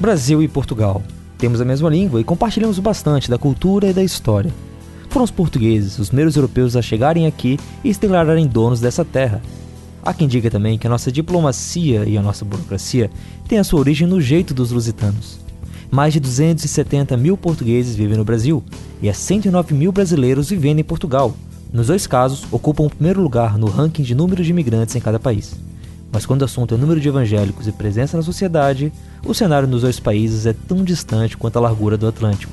Brasil e Portugal. Temos a mesma língua e compartilhamos bastante da cultura e da história. Foram os portugueses os primeiros europeus a chegarem aqui e se declararem donos dessa terra. Há quem diga também que a nossa diplomacia e a nossa burocracia têm a sua origem no jeito dos lusitanos. Mais de 270 mil portugueses vivem no Brasil e há 109 mil brasileiros vivendo em Portugal. Nos dois casos, ocupam o primeiro lugar no ranking de número de imigrantes em cada país. Mas quando o assunto é o número de evangélicos e presença na sociedade, o cenário nos dois países é tão distante quanto a largura do Atlântico.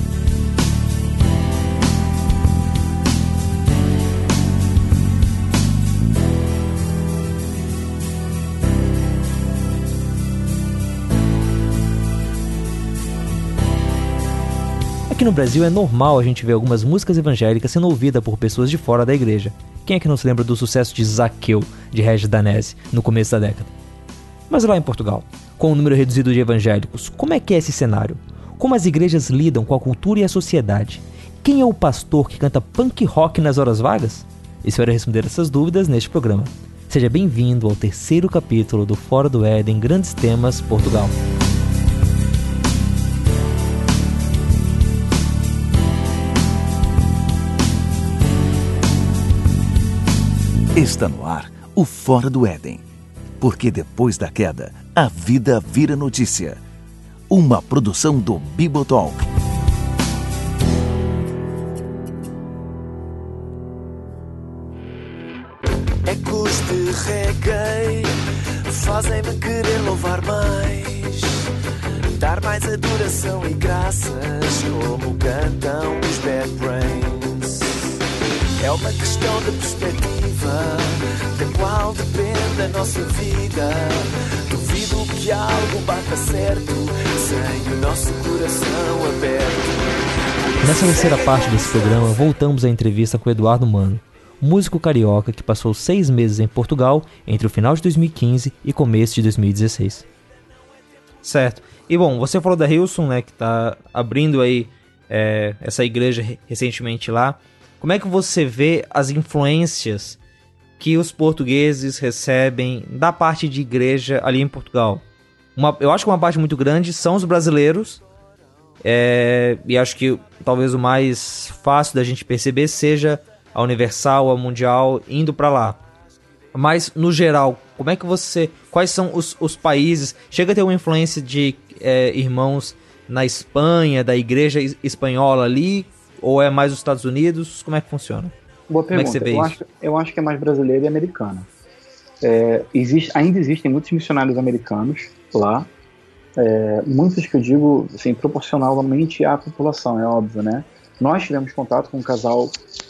Aqui no Brasil é normal a gente ver algumas músicas evangélicas sendo ouvidas por pessoas de fora da igreja. Quem é que não se lembra do sucesso de Zaqueu, de Regis Danese, no começo da década? Mas lá em Portugal, com um número reduzido de evangélicos, como é que é esse cenário? Como as igrejas lidam com a cultura e a sociedade? Quem é o pastor que canta punk rock nas horas vagas? Espero responder essas dúvidas neste programa. Seja bem-vindo ao terceiro capítulo do Fora do Éden Grandes Temas Portugal. Está no ar o Fora do Éden, porque depois da queda, a vida vira notícia. Uma produção do Bibotalk. Ecos de reggae fazem-me querer louvar mais, dar mais adoração e graças, como cantam os Bad Brains. É uma questão de perspectiva, da qual depende a nossa vida. Duvido que algo bata certo sem o nosso coração aberto. Nessa terceira parte desse programa, voltamos à entrevista com Eduardo Mano, músico carioca que passou 6 meses em Portugal entre o final de 2015 e começo de 2016. Certo. E bom, você falou da Hillsong, né, que está abrindo aí essa igreja recentemente lá. Como é que você vê as influências que os portugueses recebem da parte de igreja ali em Portugal? Eu acho que uma parte muito grande são os brasileiros, e acho que talvez o mais fácil da gente perceber seja a Universal, a Mundial, indo para lá. Mas, no geral, como é que quais são os países? Chega a ter uma influência de irmãos na Espanha, da igreja espanhola ali? Ou é mais os Estados Unidos? Como é que funciona? Boa pergunta. Como é que você vê isso? Eu acho que é mais brasileiro e americano. Ainda existem muitos missionários americanos lá. Muitos que eu digo, assim, proporcionalmente à população, é óbvio, né? Nós tivemos contato com um casal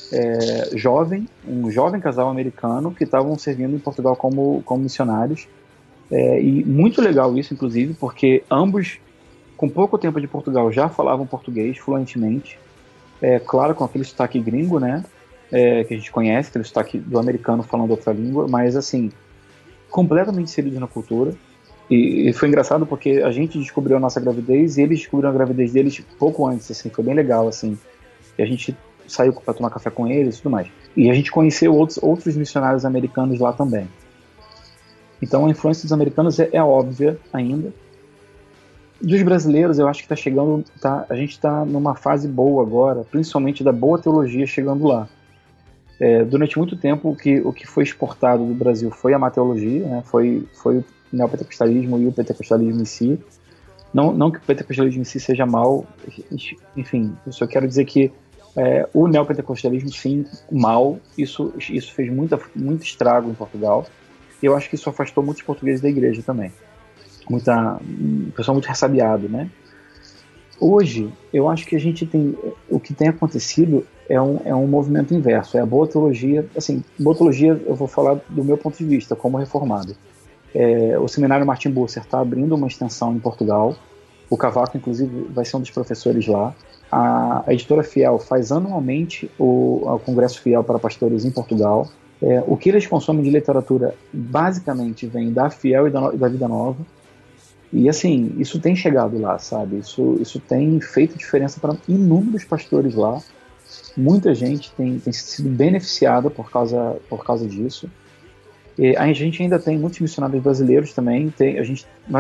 um jovem casal americano que estavam servindo em Portugal como missionários. E muito legal isso, inclusive, porque ambos, com pouco tempo de Portugal, já falavam português fluentemente. Claro, com aquele sotaque gringo, né, que a gente conhece, aquele sotaque do americano falando outra língua, mas assim, completamente inseridos na cultura. E foi engraçado porque a gente descobriu a nossa gravidez e eles descobriram a gravidez deles pouco antes, assim, foi bem legal, assim. E a gente saiu para tomar café com eles e tudo mais. E a gente conheceu outros missionários americanos lá também. Então a influência dos americanos é óbvia ainda. Dos brasileiros, eu acho que a gente está numa fase boa agora, principalmente da boa teologia chegando lá. Durante muito tempo, o que foi exportado do Brasil foi a má teologia, né? Foi o neopentecostalismo e o pentecostalismo em si. Não que o pentecostalismo em si seja mal, enfim, eu só quero dizer que o neopentecostalismo, sim, mal, isso fez muito estrago em Portugal. E eu acho que isso afastou muitos portugueses da igreja também. Um pessoal muito ressabiado, né? Hoje, eu acho que o que tem acontecido é um movimento inverso, é a boa teologia. Assim, boa teologia, eu vou falar do meu ponto de vista, como reformado. O seminário Martin Busser está abrindo uma extensão em Portugal. O Cavaco, inclusive, vai ser um dos professores lá. A editora Fiel faz anualmente o Congresso Fiel para Pastores em Portugal. O que eles consomem de literatura, basicamente, vem da Fiel e da Vida Nova. E assim, isso tem chegado lá, sabe? Isso tem feito diferença para inúmeros pastores lá. Muita gente tem sido beneficiada por causa disso. E a gente ainda tem muitos missionários brasileiros também. Nós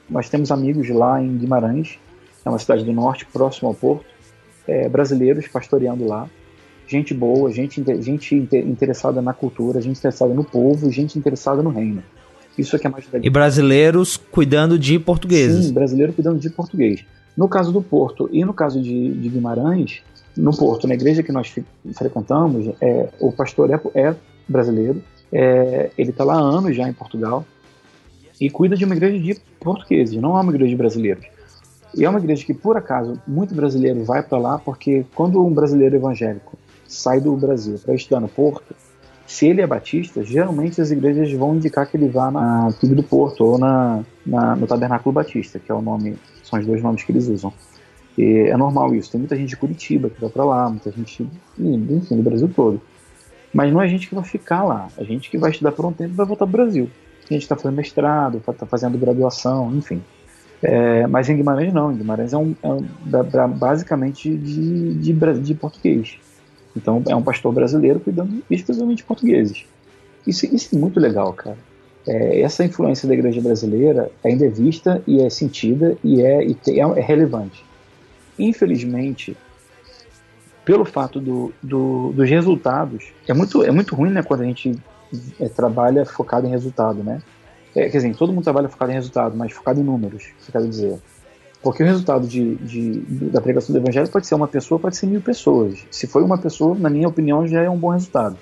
nós temos amigos lá em Guimarães, é uma cidade do norte, próximo ao Porto, brasileiros pastoreando lá, gente boa, gente interessada na cultura, gente interessada no povo, gente interessada no reino. Isso aqui é mais legal. E brasileiros cuidando de portugueses. Sim, brasileiro cuidando de português. No caso do Porto e no caso de Guimarães, no Porto, na igreja que nós frequentamos, o pastor é brasileiro, ele está lá há anos já em Portugal e cuida de uma igreja de portugueses, não é uma igreja de brasileiros. E é uma igreja que, por acaso, muito brasileiro vai para lá, porque quando um brasileiro evangélico sai do Brasil para estudar no Porto, se ele é batista, geralmente as igrejas vão indicar que ele vá na PIB do Porto ou no Tabernáculo Batista, que é o nome, são os dois nomes que eles usam. E é normal isso, tem muita gente de Curitiba que vai para lá, muita gente, enfim, do Brasil todo. Mas não é a gente que vai ficar lá, é a gente que vai estudar por um tempo e vai voltar para o Brasil. A gente está fazendo mestrado, está fazendo graduação, enfim. Mas em Guimarães não, em Guimarães basicamente de português. Então é um pastor brasileiro cuidando exclusivamente de portugueses. Isso é muito legal, cara. Essa influência da igreja brasileira ainda é vista e é sentida e é relevante. Infelizmente, pelo fato dos resultados, é muito ruim, né, quando a gente trabalha focado em resultado, né? Quer dizer, todo mundo trabalha focado em resultado, mas focado em números, eu quero dizer. Porque o resultado da pregação do evangelho pode ser uma pessoa, pode ser 1000 pessoas. Se foi uma pessoa, na minha opinião, já é um bom resultado.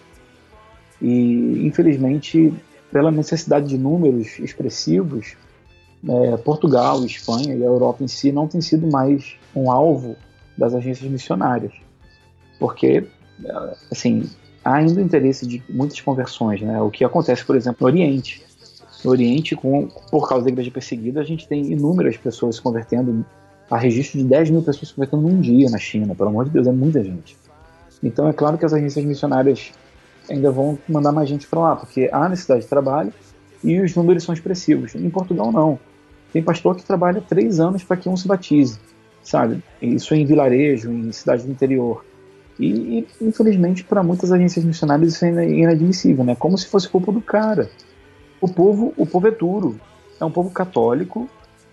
E, infelizmente, pela necessidade de números expressivos, Portugal, Espanha e a Europa em si não tem sido mais um alvo das agências missionárias. Porque, assim, há ainda interesse de muitas conversões, né? O que acontece, por exemplo, no Oriente. No Oriente, por causa da igreja perseguida, a gente tem inúmeras pessoas se convertendo, há registro de 10 mil pessoas se convertendo num dia na China, pelo amor de Deus, é muita gente. Então é claro que as agências missionárias ainda vão mandar mais gente para lá, porque há necessidade de trabalho e os números são expressivos. Em Portugal não. Tem pastor que trabalha 3 anos para que um se batize, sabe? Isso em vilarejo, em cidade do interior. E infelizmente, para muitas agências missionárias isso é inadmissível, né? Como se fosse culpa do cara. O povo é duro, é um povo católico,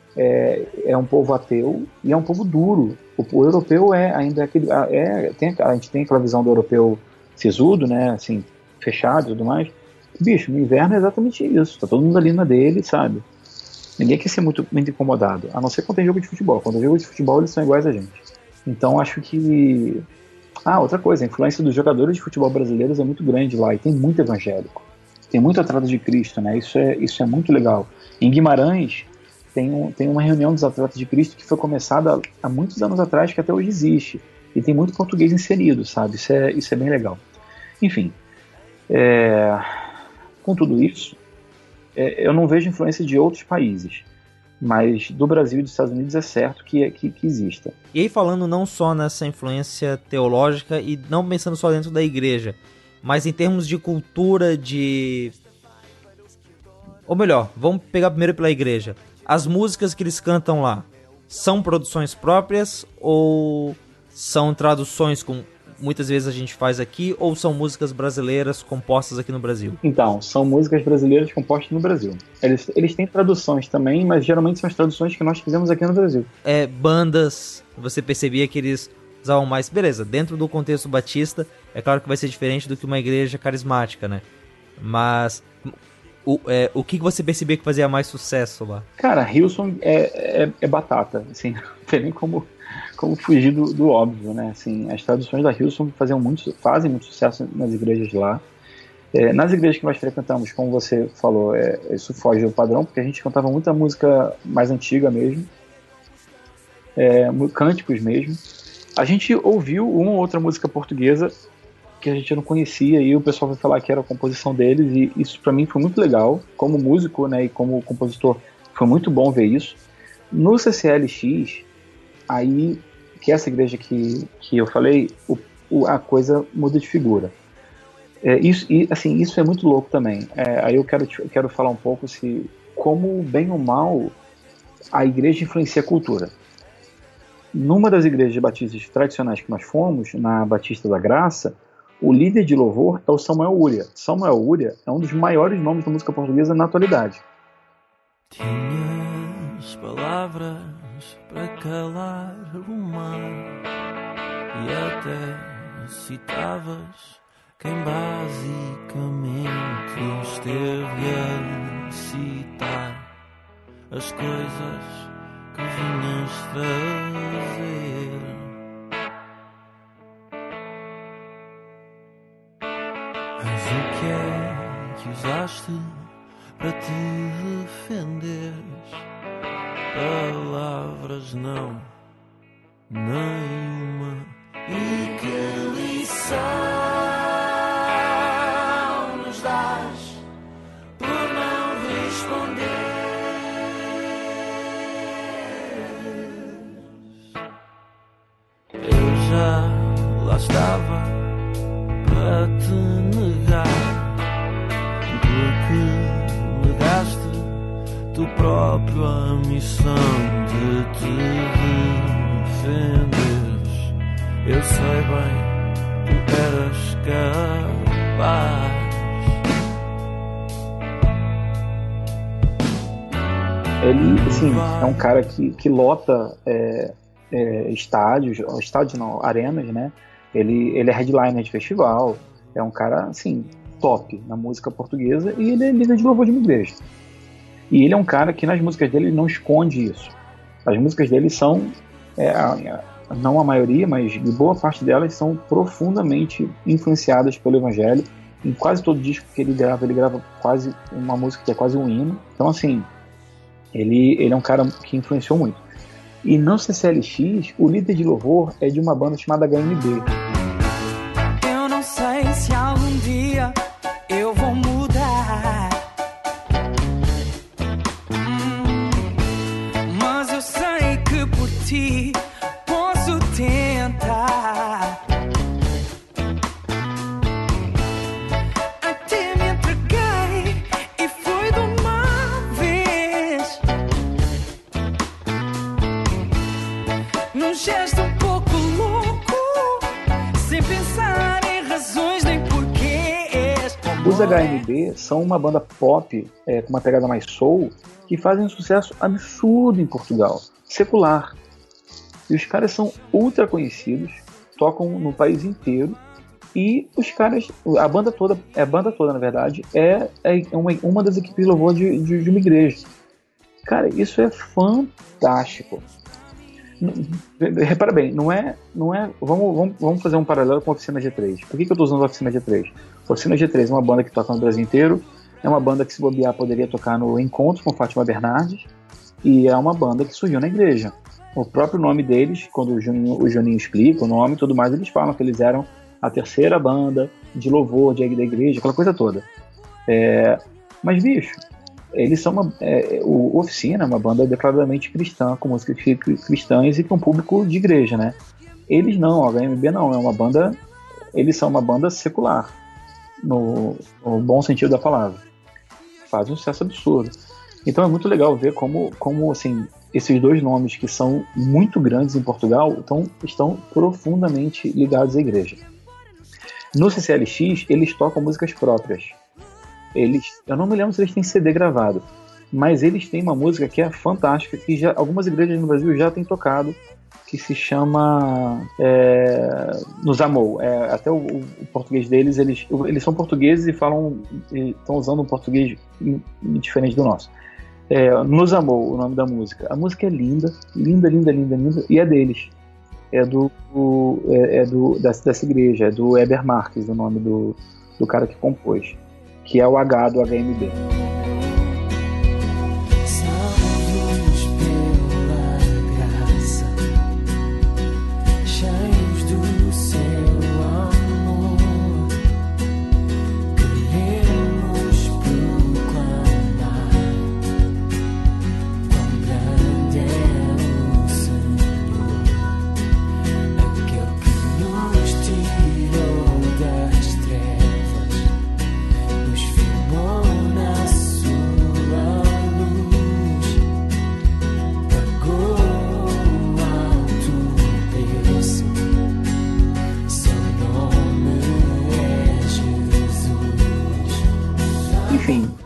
é um povo ateu e é um povo duro. O europeu ainda aquele, a gente tem aquela visão do europeu sisudo, né, assim, fechado e tudo mais. Bicho, no inverno é exatamente isso, tá todo mundo ali na dele, sabe? Ninguém quer ser muito incomodado, a não ser quando tem jogo de futebol. Quando tem jogo de futebol eles são iguais a gente. Então acho que... outra coisa, a influência dos jogadores de futebol brasileiros é muito grande lá e tem muito evangélico. Tem muito atleta de Cristo, né? Isso é muito legal. Em Guimarães, tem uma reunião dos atletas de Cristo que foi começada há muitos anos atrás, que até hoje existe. E tem muito português inserido, sabe? Isso é bem legal. Enfim, com tudo isso, eu não vejo influência de outros países. Mas do Brasil e dos Estados Unidos é certo que exista. E aí falando não só nessa influência teológica e não pensando só dentro da igreja, mas em termos de cultura, ou melhor, vamos pegar primeiro pela igreja. As músicas que eles cantam lá são produções próprias ou são traduções como muitas vezes a gente faz aqui, ou são músicas brasileiras compostas aqui no Brasil? Então, são músicas brasileiras compostas no Brasil. Eles têm traduções também, mas geralmente são as traduções que nós fizemos aqui no Brasil. Bandas, você percebia que eles usavam mais, beleza, dentro do contexto batista, é claro que vai ser diferente do que uma igreja carismática, né? Mas o que você percebia que fazia mais sucesso lá? Cara, Hillsong é batata, assim, não tem nem como fugir do óbvio, né? Assim, as traduções da Hillsong fazem muito sucesso nas igrejas lá. Nas igrejas que nós frequentamos, como você falou, isso foge do padrão, porque a gente cantava muita música mais antiga mesmo, cânticos mesmo. A gente ouviu uma ou outra música portuguesa que a gente não conhecia e o pessoal vai falar que era a composição deles, e isso para mim foi muito legal. Como músico, né, e como compositor, foi muito bom ver isso. No CCLX, aí, que é essa igreja que eu falei, a coisa muda de figura. Isso é muito louco também. Aí eu quero falar um pouco como, bem ou mal, a igreja influencia a cultura. Numa das igrejas batistas tradicionais que nós fomos, na Batista da Graça, o líder de louvor é o Samuel Uria. Samuel Uria é um dos maiores nomes da música portuguesa na atualidade. Tinha tinhas palavras para calar o mar e até citavas quem basicamente esteve a citar as coisas que vinhas trazer. Mas o que é que usaste para te defenderes? Palavras não, nenhuma. E que lição nos dás por não responder? Eu já lá estava para te negar, porque negaste tu próprio a missão de te defenderes. Eu sei bem, tu eras capaz. Ele, assim, é um cara que lota estádios não, arenas, né? Ele é headliner de festival, é um cara, assim, top na música portuguesa, e ele é líder de louvor de uma igreja. E ele é um cara que nas músicas dele não esconde isso. As músicas dele são, não a maioria, mas boa parte delas são profundamente influenciadas pelo Evangelho. Em quase todo disco que ele grava quase uma música que é quase um hino. Então, assim, ele é um cara que influenciou muito. E no CCLX, o líder de louvor é de uma banda chamada HMB. Eu não sei se algum dia eu vou mudar, mas eu sei que por ti posso tentar. Até me entreguei e foi de uma vez, num gesto um pouco louco, sem pensar em razões nem porquês. Os HMB são uma banda pop com uma pegada mais soul, que fazem um sucesso absurdo em Portugal, secular. E os caras são ultra conhecidos, tocam no país inteiro, e os caras, a banda toda na verdade, é uma das equipes de louvor de uma igreja. Cara, isso é fantástico. Repara bem, não é. Vamos fazer um paralelo com a Oficina G3. Por que eu estou usando a Oficina G3? A Oficina G3 é uma banda que toca no Brasil inteiro, é uma banda que, se bobear, poderia tocar no Encontro com Fátima Bernardes, e é uma banda que surgiu na igreja. O próprio nome deles, quando o Juninho explica o nome e tudo mais, eles falam que eles eram a terceira banda de louvor da igreja, aquela coisa toda. Mas, bicho, eles são o Oficina é uma banda declaradamente cristã, com músicas cristãs e com público de igreja, né? Eles não, a HMB não, é uma banda, eles são uma banda secular, no bom sentido da palavra. Fazem um sucesso absurdo. Então é muito legal ver como assim, esses dois nomes que são muito grandes em Portugal estão profundamente ligados à igreja. No CCLX, eles tocam músicas próprias. Eu não me lembro se eles têm CD gravado, mas eles têm uma música que é fantástica, que algumas igrejas no Brasil já têm tocado, que se chama Nos Amou. Até o português deles, eles são portugueses e estão usando um português diferente do nosso. Nos Amou, o nome da música. A música é linda, linda, linda, linda, linda, e é deles. Dessa igreja, é do Heber Marques, o nome do cara que compôs, que é o H do HMB. Das trevas, nos firmou na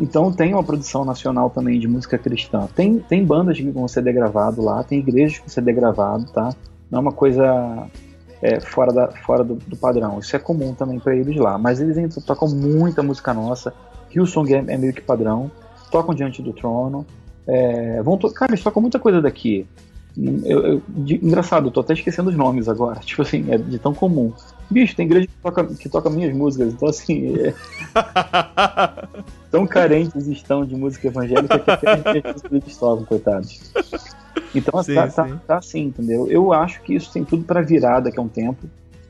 Então tem uma produção nacional também de música cristã. Tem bandas com CD gravado lá, tem igrejas com CD gravado, tá? Não é uma coisa fora do padrão. Isso é comum também para eles lá. Mas eles ainda tocam muita música nossa. Hillsong é meio que padrão. Tocam Diante do Trono. Cara, eles tocam muita coisa daqui. Engraçado, eu tô até esquecendo os nomes agora. Tipo assim, é de tão comum. Bicho, tem igreja que toca minhas músicas. Então assim, tão carentes estão de música evangélica que até eles tocam, coitados. Então sim. Tá assim, entendeu? Eu acho que isso tem tudo para virar daqui a um tempo.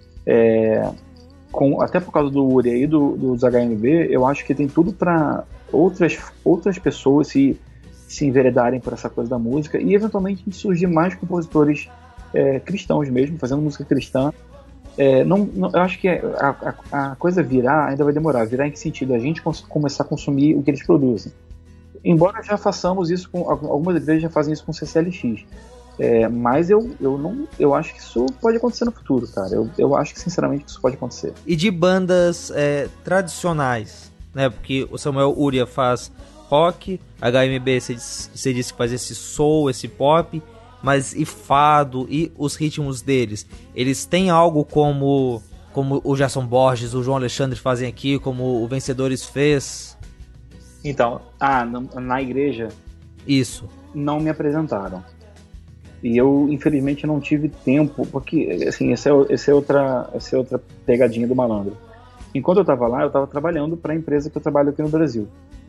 Até por causa do Uri aí, dos HMB, eu acho que tem tudo para outras pessoas se enveredarem por essa coisa da música e eventualmente surgir mais compositores cristãos mesmo, fazendo música cristã. Eu acho que a coisa virar ainda vai demorar. Virar em que sentido? A gente começar a consumir o que eles produzem. Embora já façamos isso algumas igrejas já fazem isso com CCLX. Mas eu acho que isso pode acontecer no futuro, cara. Eu acho que sinceramente que isso pode acontecer. E de bandas tradicionais, né? Porque o Samuel Uria faz rock, HMB você disse que faz esse soul, esse pop, mas e fado, e os ritmos deles? Eles têm algo como o Gerson Borges, o João Alexandre fazem aqui, como o Vencedores fez? Então, na igreja... Isso. Não me apresentaram. E eu, infelizmente, não tive tempo, porque, assim, essa é outra pegadinha do malandro. Enquanto eu estava lá, eu estava trabalhando para a empresa que eu trabalho aqui no Brasil.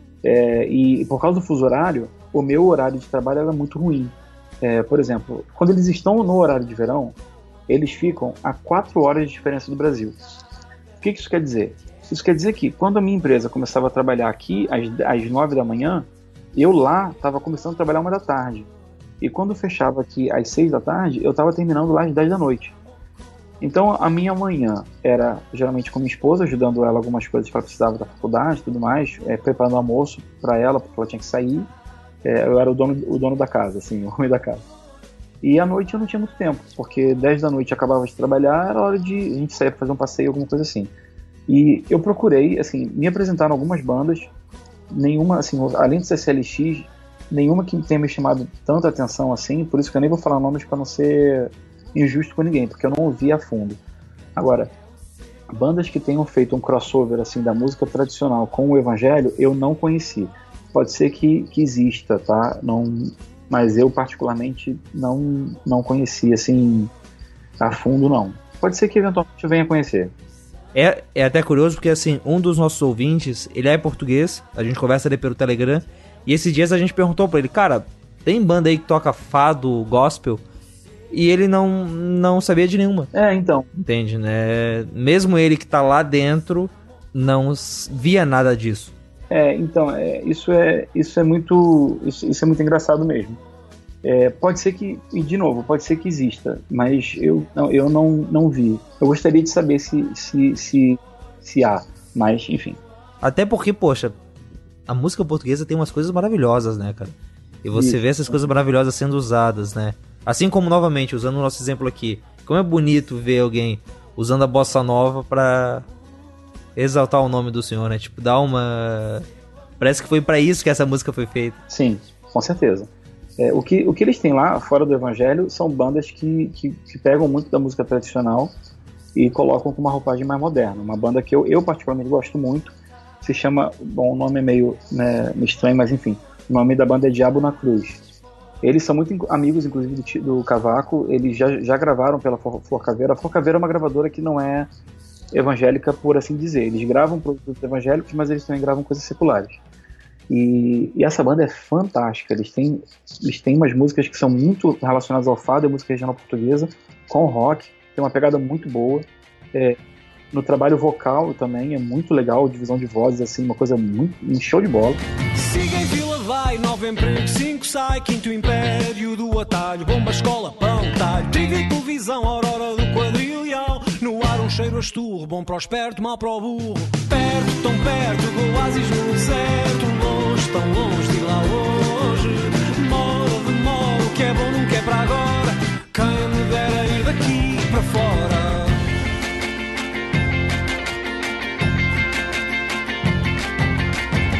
E por causa do fuso horário, o meu horário de trabalho era muito ruim. Por exemplo, quando eles estão no horário de verão, eles ficam a 4 horas de diferença do Brasil. O que isso quer dizer? Isso quer dizer que quando a minha empresa começava a trabalhar aqui às 9 da manhã, eu lá estava começando a trabalhar 1 da tarde. E quando fechava aqui às 6 da tarde, eu estava terminando lá às 10 da noite. Então a minha manhã era geralmente com minha esposa, ajudando ela algumas coisas que ela precisava da faculdade e tudo mais, preparando o almoço para ela, porque ela tinha que sair. Eu era o dono da casa, assim, o homem da casa. E à noite eu não tinha muito tempo, porque 10 da noite acabava de trabalhar, era hora de a gente sair para fazer um passeio, alguma coisa assim. E eu procurei, assim, me apresentaram algumas bandas, nenhuma, assim, além do CCLX, nenhuma que tenha me chamado tanta atenção assim, por isso que eu nem vou falar nomes para não ser injusto com ninguém, porque eu não ouvi a fundo. Agora, bandas que tenham feito um crossover assim da música tradicional com o evangelho, eu não conheci. Pode ser que exista, tá? Mas eu particularmente não conheci assim a fundo, não. Pode ser que eventualmente eu venha conhecer. É até curioso porque assim, um dos nossos ouvintes, ele é português, a gente conversa ali pelo Telegram, e esses dias a gente perguntou pra ele, cara, tem banda aí que toca fado, gospel? E ele não sabia de nenhuma. Então. Entende, né? Mesmo ele que tá lá dentro, não via nada disso. Isso é muito engraçado mesmo. Pode ser que, e de novo, pode ser que exista, mas eu não vi. Eu gostaria de saber se há, mas enfim. Até porque, poxa, a música portuguesa tem umas coisas maravilhosas, né, cara? E você vê essas coisas maravilhosas sendo usadas, né? Assim como, novamente, usando o nosso exemplo aqui, como é bonito ver alguém usando a bossa nova pra exaltar o nome do Senhor, né? Tipo, dá uma... Parece que foi pra isso que essa música foi feita. Sim, com certeza. O que eles têm lá, fora do evangelho, são bandas que pegam muito da música tradicional e colocam com uma roupagem mais moderna. Uma banda que eu particularmente gosto muito, se chama... Bom, o nome é meio estranho, mas enfim. O nome da banda é Diabo na Cruz. Eles são muito amigos, inclusive, do Cavaco. Eles já gravaram pela Flor Caveira. A Flor Caveira é uma gravadora que não é evangélica, por assim dizer. Eles gravam produtos evangélicos, mas eles também gravam coisas seculares. E essa banda é fantástica. Eles têm umas músicas que são muito relacionadas ao fado, a música regional portuguesa, com rock. Tem uma pegada muito boa. No trabalho vocal também é muito legal, divisão de vozes, assim, uma coisa muito um show de bola. Siga em Vila vai, 9 empregos, 5 sai, 5º império do atalho, bomba, escola, pão, talho, TV e televisão, aurora do quadrilhão, no ar um cheiro a esturro, bom para o esperto, mal para o burro, perto, tão perto, do oásis no deserto, longe, tão longe de lá hoje, mola de mola, o que é bom nunca é para agora, quem me dera ir daqui para fora.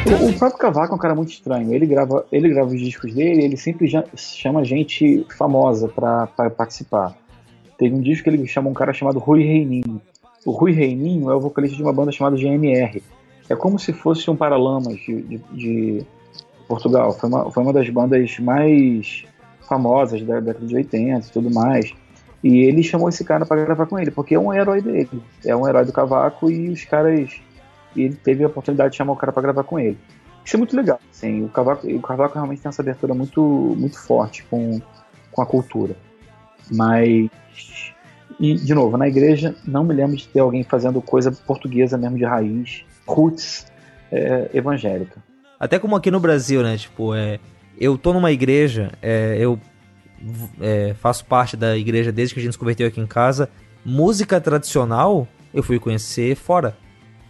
O próprio Cavaco é um cara muito estranho. Ele grava os discos dele, ele sempre chama gente famosa pra participar. Teve um disco que ele chama um cara chamado Rui Reininho. O Rui Reininho é o vocalista de uma banda chamada GNR. É como se fosse um Paralamas de Portugal. Foi uma das bandas mais famosas da década de 80 e tudo mais. E ele chamou esse cara para gravar com ele, porque é um herói dele. É um herói do Cavaco e os caras... E ele teve a oportunidade de chamar o cara para gravar com ele. Isso é muito legal. Assim, o Cavaco realmente tem essa abertura muito, muito forte com a cultura. Mas... E, de novo, na igreja, não me lembro de ter alguém fazendo coisa portuguesa mesmo de raiz, roots evangélica. Até como aqui no Brasil, né? Tipo, eu tô numa igreja, eu faço parte da igreja desde que a gente se converteu aqui em casa. Música tradicional, eu fui conhecer fora.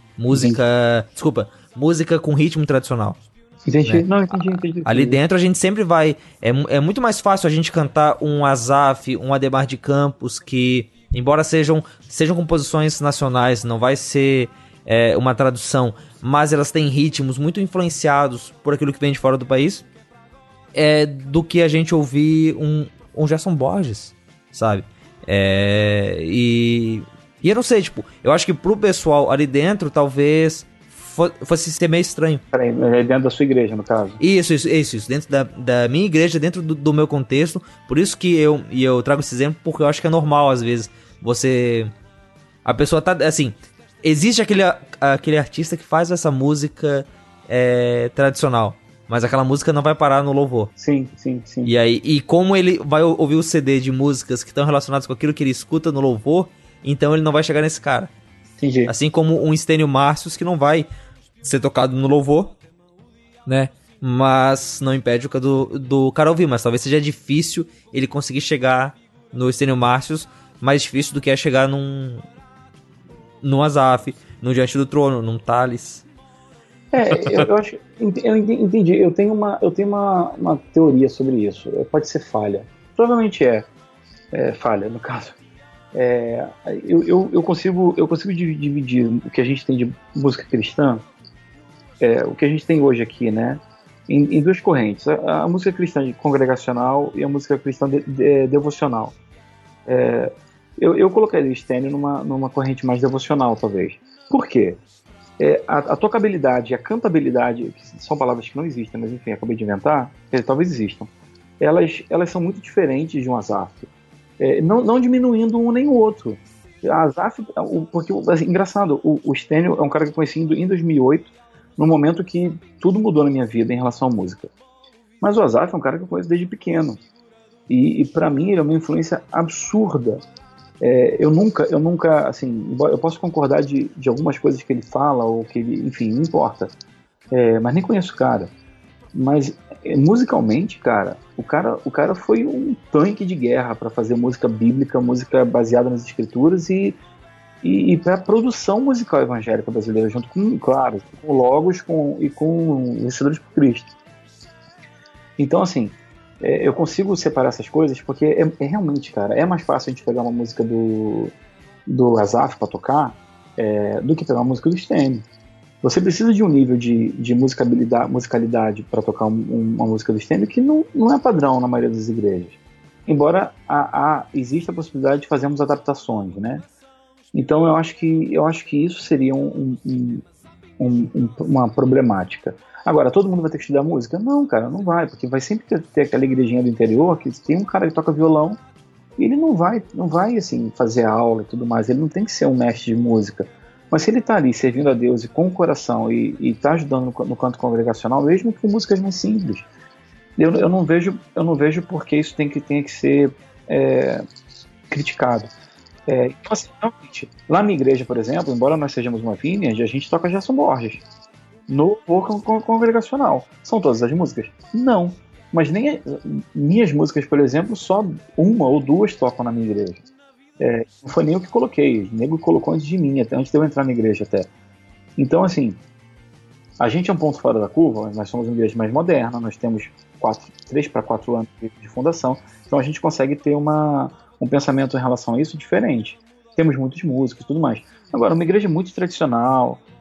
Música com ritmo tradicional. Entendi. Né? Não, entendi. Ali dentro a gente sempre vai... É muito mais fácil a gente cantar um Asaf, um Ademar de Campos, que, embora sejam composições nacionais, não vai ser uma tradução, mas elas têm ritmos muito influenciados por aquilo que vem de fora do país, do que a gente ouvir um Gerson Borges, sabe? E eu não sei, tipo, eu acho que pro pessoal ali dentro, talvez... fosse ser meio estranho. Peraí, dentro da sua igreja, no caso. Isso. Dentro da minha igreja, dentro do meu contexto. Por isso que eu trago esse exemplo, porque eu acho que é normal, às vezes, a pessoa tá, assim... Existe aquele artista que faz essa música tradicional, mas aquela música não vai parar no louvor. Sim. E como ele vai ouvir o CD de músicas que estão relacionadas com aquilo que ele escuta no louvor, então ele não vai chegar nesse cara. Entendi. Assim como um Estênio Márcios, que não vai ser tocado no louvor, né? Mas não impede do cara ouvir. Mas talvez seja difícil ele conseguir chegar no Estênio Márcios, mais difícil do que é chegar num Asaf, no Diante do Trono, num Thales. Eu acho. Eu entendi. Eu tenho uma teoria sobre isso. Pode ser falha. Provavelmente é falha, no caso. Eu consigo dividir o que a gente tem de música cristã, o que a gente tem hoje aqui, né, em duas correntes: a música cristã congregacional e a música cristã devocional. Eu colocaria o Stênio numa corrente mais devocional, talvez. Por quê? A tocabilidade e a cantabilidade, que são palavras que não existem, mas enfim, acabei de inventar, talvez existam. Elas são muito diferentes de um Asaf. Não diminuindo um nem o outro. A Asaf, porque, assim, engraçado, o Stênio é um cara que eu conheci em 2008, no momento que tudo mudou na minha vida em relação à música. Mas o Asaf é um cara que eu conheço desde pequeno. E para mim ele é uma influência absurda. Eu nunca, assim, eu posso concordar de algumas coisas que ele fala, ou que ele, enfim, não importa. Mas nem conheço o cara. Mas musicalmente, cara, o cara foi um tanque de guerra para fazer música bíblica, música baseada nas escrituras e para a produção musical evangélica brasileira, junto com, claro, com Logos e com Vencedores por Cristo. Então, assim, eu consigo separar essas coisas porque realmente, cara, é mais fácil a gente pegar uma música do Asaf para tocar do que pegar uma música do Stênio. Você precisa de um nível de musicalidade para tocar uma música do Stênio que não é padrão na maioria das igrejas. Embora exista a possibilidade de fazermos adaptações, né? Então eu acho que isso seria uma problemática. Agora, todo mundo vai ter que estudar música? Não, cara, não vai, porque vai sempre ter aquela igrejinha do interior que tem um cara que toca violão e ele não vai assim, fazer aula e tudo mais, ele não tem que ser um mestre de música. Mas se ele está ali servindo a Deus e com o coração e está ajudando no canto congregacional, mesmo com músicas mais simples, eu não vejo porque isso tem que ser criticado. Então, assim, lá na igreja, por exemplo, embora nós sejamos uma vineyard, a gente toca Gerson Borges no louvor congregacional. São todas as músicas? Não. Mas nem minhas músicas, por exemplo, só uma ou duas tocam na minha igreja. Não foi nem eu que coloquei, o nego colocou antes de mim, até antes de eu entrar na igreja até. Então, assim, a gente é um ponto fora da curva, nós somos uma igreja mais moderna, nós temos 3 para 4 anos de fundação, então a gente consegue ter um pensamento em relação a isso diferente. Temos muitos músicos e tudo mais. Agora, uma igreja muito tradicional,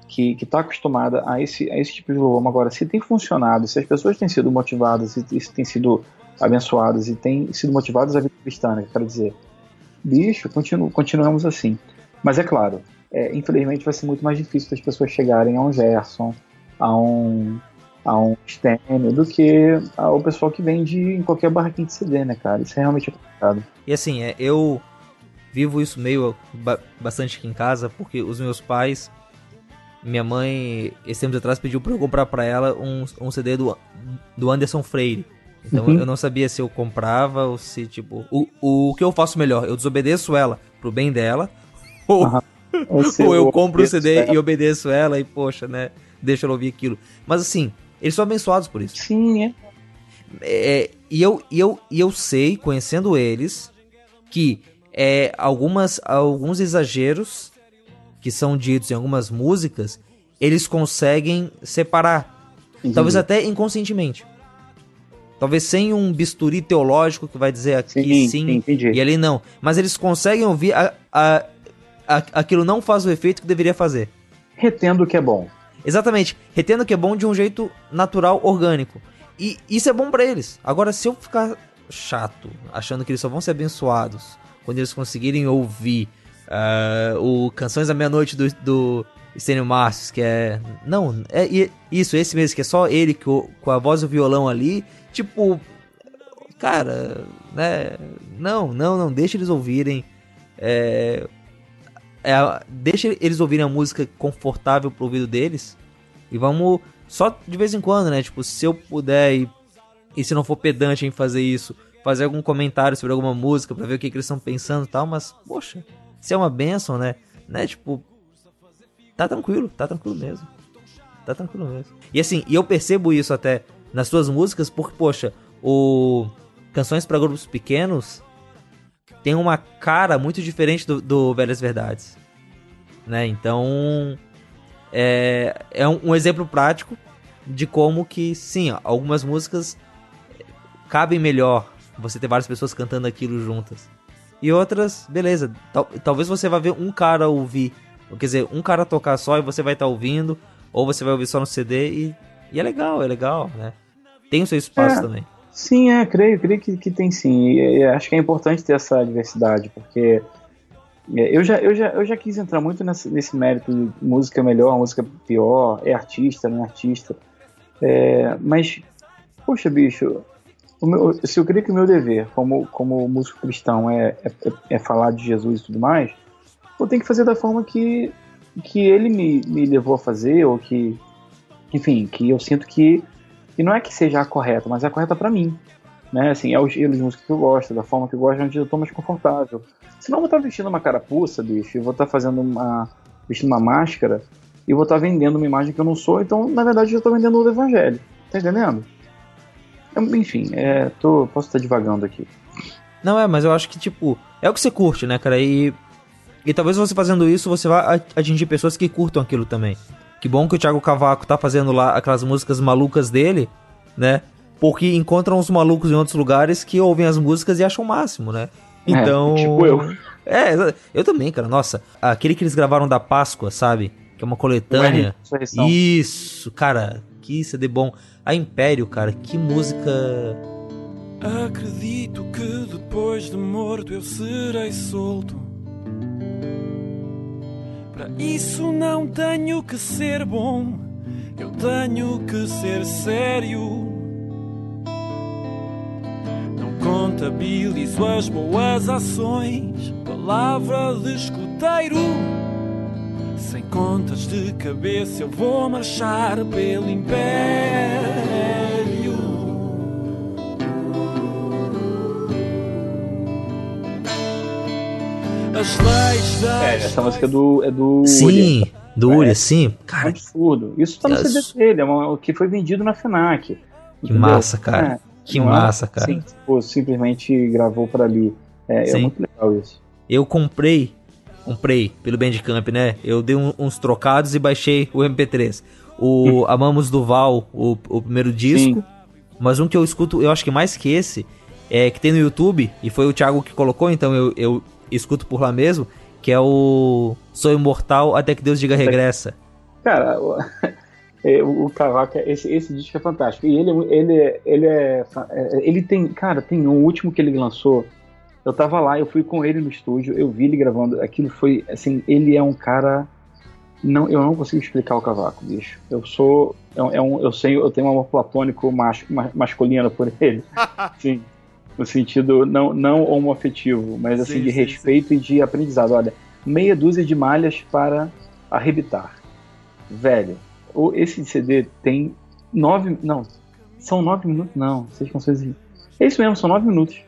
que está acostumada a esse tipo de louvor. Agora, se tem funcionado, se as pessoas têm sido motivadas, se têm sido abençoadas e têm sido motivadas à vida cristã, né, quero dizer, bicho, continuamos assim. Mas é claro, infelizmente vai ser muito mais difícil das pessoas chegarem a um Gerson, a um Stênio, do que ao pessoal que vende em qualquer barraquinha de CD, né, cara? Isso é realmente complicado. E assim, eu vivo isso meio bastante aqui em casa, porque os meus pais, minha mãe, esses tempos atrás, pediu pra eu comprar pra ela um CD do Anderson Freire. Então eu não sabia se eu comprava ou se, tipo, o que eu faço melhor? Eu desobedeço ela pro bem dela, ou eu compro o CD e obedeço ela e, poxa, né, deixa ela ouvir aquilo. Mas assim, eles são abençoados por isso. Sim, E eu sei, conhecendo eles, que alguns exageros que são ditos em algumas músicas, eles conseguem separar. Entendi. Talvez até inconscientemente. Talvez sem um bisturi teológico que vai dizer aqui sim e ali não. Mas eles conseguem ouvir aquilo não faz o efeito que deveria fazer. Retendo o que é bom. Exatamente. Retendo o que é bom de um jeito natural, orgânico. E isso é bom pra eles. Agora, se eu ficar chato, achando que eles só vão ser abençoados quando eles conseguirem ouvir o Canções da Meia-Noite do Estênio Márcios, que é... Não, esse mesmo, que é só ele com a voz e o violão ali. Tipo, cara, né? Não, deixa eles ouvirem. Deixa eles ouvirem a música confortável pro ouvido deles. E vamos, só de vez em quando, né? Tipo, se eu puder e se não for pedante em fazer isso, fazer algum comentário sobre alguma música pra ver o que eles estão pensando e tal. Mas, poxa, se é uma bênção, né? Tipo, tá tranquilo mesmo. Tá tranquilo mesmo. E assim, eu percebo isso até nas suas músicas, porque, poxa, o Canções para Grupos Pequenos tem uma cara muito diferente do Velhas Verdades, né? Então, é um exemplo prático de como que, sim, algumas músicas cabem melhor você ter várias pessoas cantando aquilo juntas. E outras, beleza, talvez você vá ver um cara ouvir, quer dizer, um cara tocar só e você vai estar ouvindo, ou você vai ouvir só no CD e é legal, né? Tem o seu espaço também. Sim, creio que tem sim. E acho que é importante ter essa diversidade, porque eu já quis entrar muito nesse mérito de música melhor, música pior, é artista, não é artista. Mas, poxa, bicho, se eu creio que o meu dever como músico cristão é falar de Jesus e tudo mais, eu tenho que fazer da forma que ele me levou a fazer, ou que, enfim, que eu sinto que não é que seja a correta, mas é a correta pra mim, né? Assim, é o estilo de música que eu gosto, da forma que eu gosto, onde eu tô mais confortável. Senão eu vou estar vestindo uma carapuça, bicho, eu vou estar vestindo uma máscara e vou estar vendendo uma imagem que eu não sou, então, na verdade, eu tô vendendo o evangelho, tá entendendo? Enfim, posso estar divagando aqui. Não, mas eu acho que, tipo, é o que você curte, né, cara? E talvez você fazendo isso, você vai atingir pessoas que curtam aquilo também. Que bom que o Thiago Cavaco tá fazendo lá aquelas músicas malucas dele, né? Porque encontram os malucos em outros lugares que ouvem as músicas e acham o máximo, né? Então... tipo eu. Eu também, cara. Nossa, aquele que eles gravaram da Páscoa, sabe? Que é uma coletânea. Isso, cara. Que CD bom. A Império, cara. Que música... Acredito que depois de morto eu serei solto. Para isso não tenho que ser bom, eu tenho que ser sério. Não contabilizo as boas ações, palavra de escuteiro. Sem contas de cabeça eu vou marchar pelo império. As leis da essa música é do Sim, Uria. do Uria, sim. Cara, é um absurdo. Isso tá no CD dele, o que foi vendido na FENAC. Que entendeu? massa, cara. Que massa, cara. Sim, simplesmente gravou por ali. É muito legal isso. Eu comprei pelo Bandcamp, né? Eu dei uns trocados e baixei o MP3. O Amamos Duval, o primeiro disco. Sim. Mas um que eu escuto, eu acho que mais que esse, que tem no YouTube, e foi o Thiago que colocou, então eu escuto por lá mesmo, que é o Sou Imortal Até Que Deus Diga Regressa. Cara, o Cavaco, esse disco é fantástico. E ele tem, cara, tem um último que ele lançou. Eu tava lá, eu fui com ele no estúdio, eu vi ele gravando. Aquilo foi, assim, ele é um cara. Não, eu não consigo explicar o Cavaco, bicho. Eu tenho um amor platônico masculino por ele. Sim. No sentido não homoafetivo, mas assim, de respeito e de aprendizado. Olha, meia dúzia de malhas para arrebitar. Velho, esse CD tem 9... Não, são 9 minutos? Não, vocês conseguem... É isso mesmo, são 9 minutos.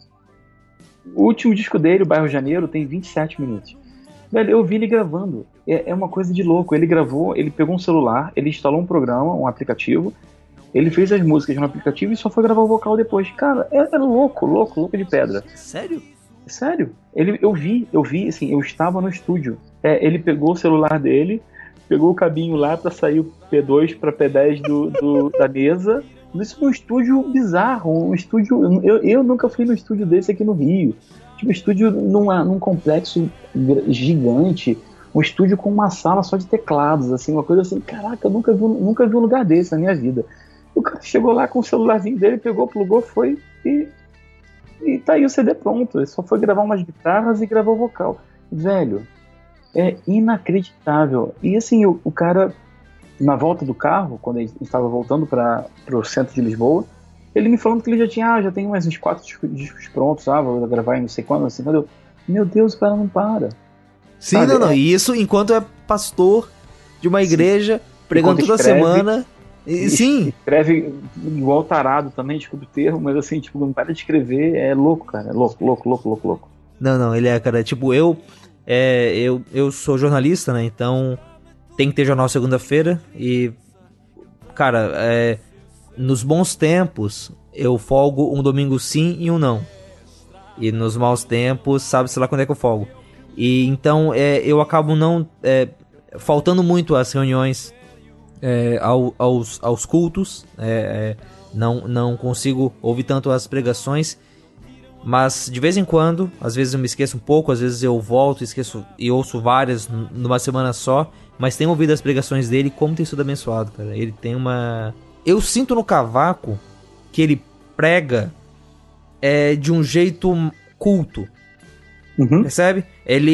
O último disco dele, o Bairro Janeiro, tem 27 minutos. Velho, eu vi ele gravando. É uma coisa de louco. Ele gravou, ele pegou um celular, ele instalou um programa, um aplicativo, ele fez as músicas no aplicativo e só foi gravar o vocal depois. Cara, era louco de pedra. Sério? Sério. Eu vi, assim, eu estava no estúdio. Ele pegou o celular dele, pegou o cabinho lá pra sair o P2 pra P10 da mesa. Isso foi um estúdio bizarro, um estúdio... Eu nunca fui no estúdio desse aqui no Rio. Tipo, um estúdio num complexo gigante, um estúdio com uma sala só de teclados, assim, uma coisa assim, caraca, eu nunca vi um lugar desse na minha vida. O cara chegou lá com o celularzinho dele, pegou, plugou, foi e tá aí o CD pronto. Ele só foi gravar umas guitarras e gravou o vocal. Velho, é inacreditável. E assim, o cara, na volta do carro, quando ele estava voltando pro centro de Lisboa, ele me falando que ele já tem mais uns 4 discos prontos, vou gravar em não sei quando, assim, quando meu Deus, o cara não para. Sim, sabe? Não, e isso enquanto é pastor de uma igreja, pregando toda semana. Sim. Escreve igual tarado também, desculpa o termo, mas assim, tipo, não para de escrever, é louco, cara, é louco. Não, ele é, cara, tipo, eu sou jornalista, né, então tem que ter jornal segunda-feira e, cara, nos bons tempos eu folgo um domingo sim e um não, e nos maus tempos sabe-se lá quando é que eu folgo, e então eu acabo não faltando muito às reuniões, aos cultos, não consigo ouvir tanto as pregações, mas de vez em quando, às vezes eu me esqueço um pouco, às vezes eu volto, esqueço e ouço várias numa semana só, mas tenho ouvido as pregações dele, como tem sido abençoado, cara. Ele tem uma... Eu sinto no Cavaco que ele prega de um jeito culto, percebe?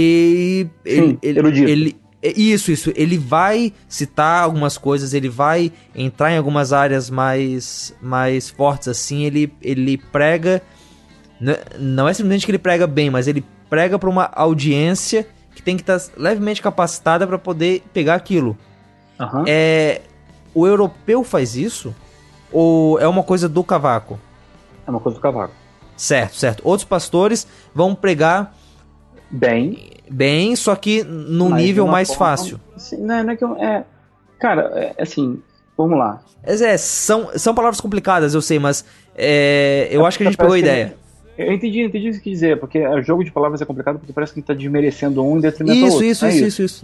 Isso, ele vai citar algumas coisas, ele vai entrar em algumas áreas mais fortes assim, ele prega, não é simplesmente que ele prega bem, mas ele prega para uma audiência que tem que estar levemente capacitada para poder pegar aquilo. O europeu faz isso? Ou é uma coisa do Cavaco? É uma coisa do Cavaco. Certo. Outros pastores vão pregar bem, só que num nível mais fácil. Assim, não é que cara, assim, vamos lá. São palavras complicadas, eu sei, mas eu acho que a gente pegou a ideia. Eu entendi o que você quis dizer, porque o jogo de palavras é complicado porque parece que a gente tá desmerecendo um em detrimento do outro. Isso.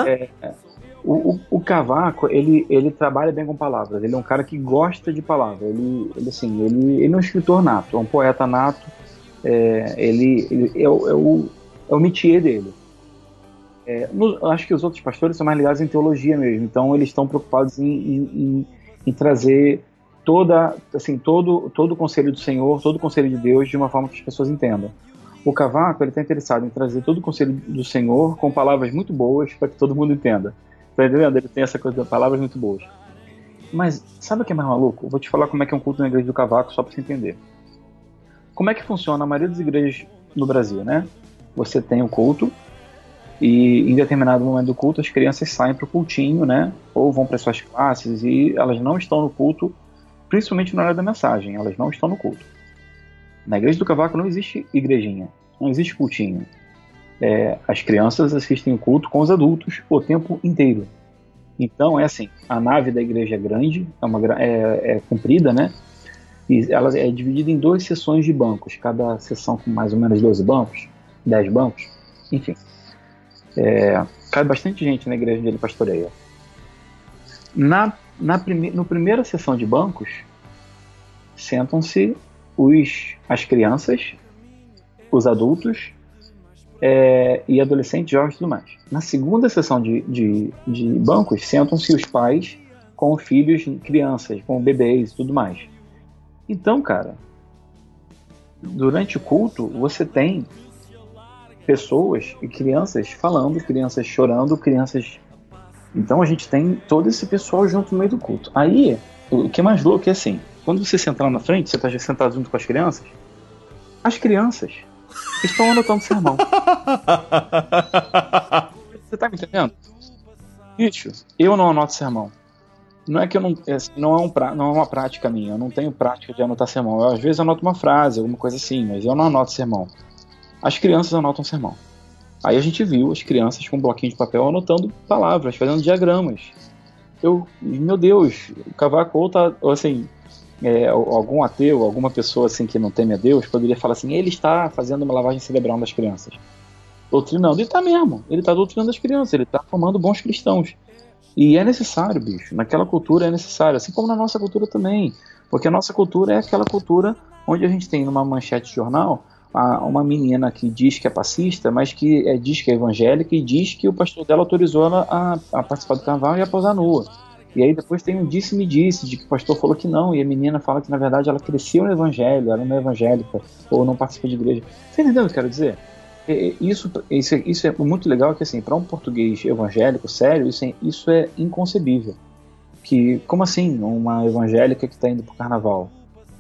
O Cavaco, ele trabalha bem com palavras, ele é um cara que gosta de palavras, ele é um escritor nato, é um poeta nato, ele é o métier dele. Acho que os outros pastores são mais ligados em teologia mesmo, então eles estão preocupados em trazer todo o conselho do Senhor, todo o conselho de Deus de uma forma que as pessoas entendam. O Cavaco, ele está interessado em trazer todo o conselho do Senhor com palavras muito boas para que todo mundo entenda. Tá entendendo? Ele tem essa coisa de palavras muito boas. Mas sabe o que é mais maluco? Eu vou te falar como é que é um culto na igreja do Cavaco, só para você entender. Como é que funciona a maioria das igrejas no Brasil, né? Você tem o culto e em determinado momento do culto as crianças saem para o cultinho, né? Ou vão para suas classes e elas não estão no culto, principalmente na hora da mensagem, elas não estão no culto. Na igreja do Cavaco não existe igrejinha, não existe cultinho. As crianças assistem o culto com os adultos o tempo inteiro. Então é assim, a nave da igreja é grande, é comprida, né? E ela é dividida em 2 seções de bancos, cada seção com mais ou menos 12 bancos, 10 bancos, enfim. Cabe bastante gente na igreja onde ele pastoreia. No primeira seção de bancos, sentam-se as crianças, os adultos e adolescentes, jovens e tudo mais. Na segunda sessão de bancos, sentam-se os pais com filhos, crianças, com bebês e tudo mais. Então, cara, durante o culto, você tem pessoas e crianças falando, crianças chorando, crianças... Então a gente tem todo esse pessoal junto no meio do culto. Aí, o que é mais louco é assim, quando você senta lá na frente, você está sentado junto com as crianças estão anotando o sermão. Você tá me entendendo? Bicho, eu não anoto sermão. Não é que eu não... não é uma prática minha. Eu não tenho prática de anotar sermão. Eu, às vezes, anoto uma frase, alguma coisa assim, mas eu não anoto sermão. As crianças anotam sermão. Aí a gente viu as crianças com um bloquinho de papel anotando palavras, fazendo diagramas. Meu Deus, o Cavaco ou assim... algum ateu, alguma pessoa assim que não teme a Deus poderia falar assim, ele está fazendo uma lavagem cerebral nas crianças, doutrinando. Ele está mesmo, ele está doutrinando as crianças, ele está formando bons cristãos. E é necessário, bicho, naquela cultura é necessário, assim como na nossa cultura também, porque a nossa cultura é aquela cultura onde a gente tem numa manchete de jornal uma menina que diz que é passista, mas que diz que é evangélica e diz que o pastor dela autorizou ela a participar do carnaval e a posar nua. E aí depois tem um disse-me-disse de que o pastor falou que não, e a menina fala que na verdade ela cresceu no evangelho, ela não é evangélica, ou não participa de igreja. Você entendeu o que eu quero dizer? Isso é muito legal, que assim, para um português evangélico, sério, isso é inconcebível. Que, como assim, uma evangélica que está indo pro carnaval?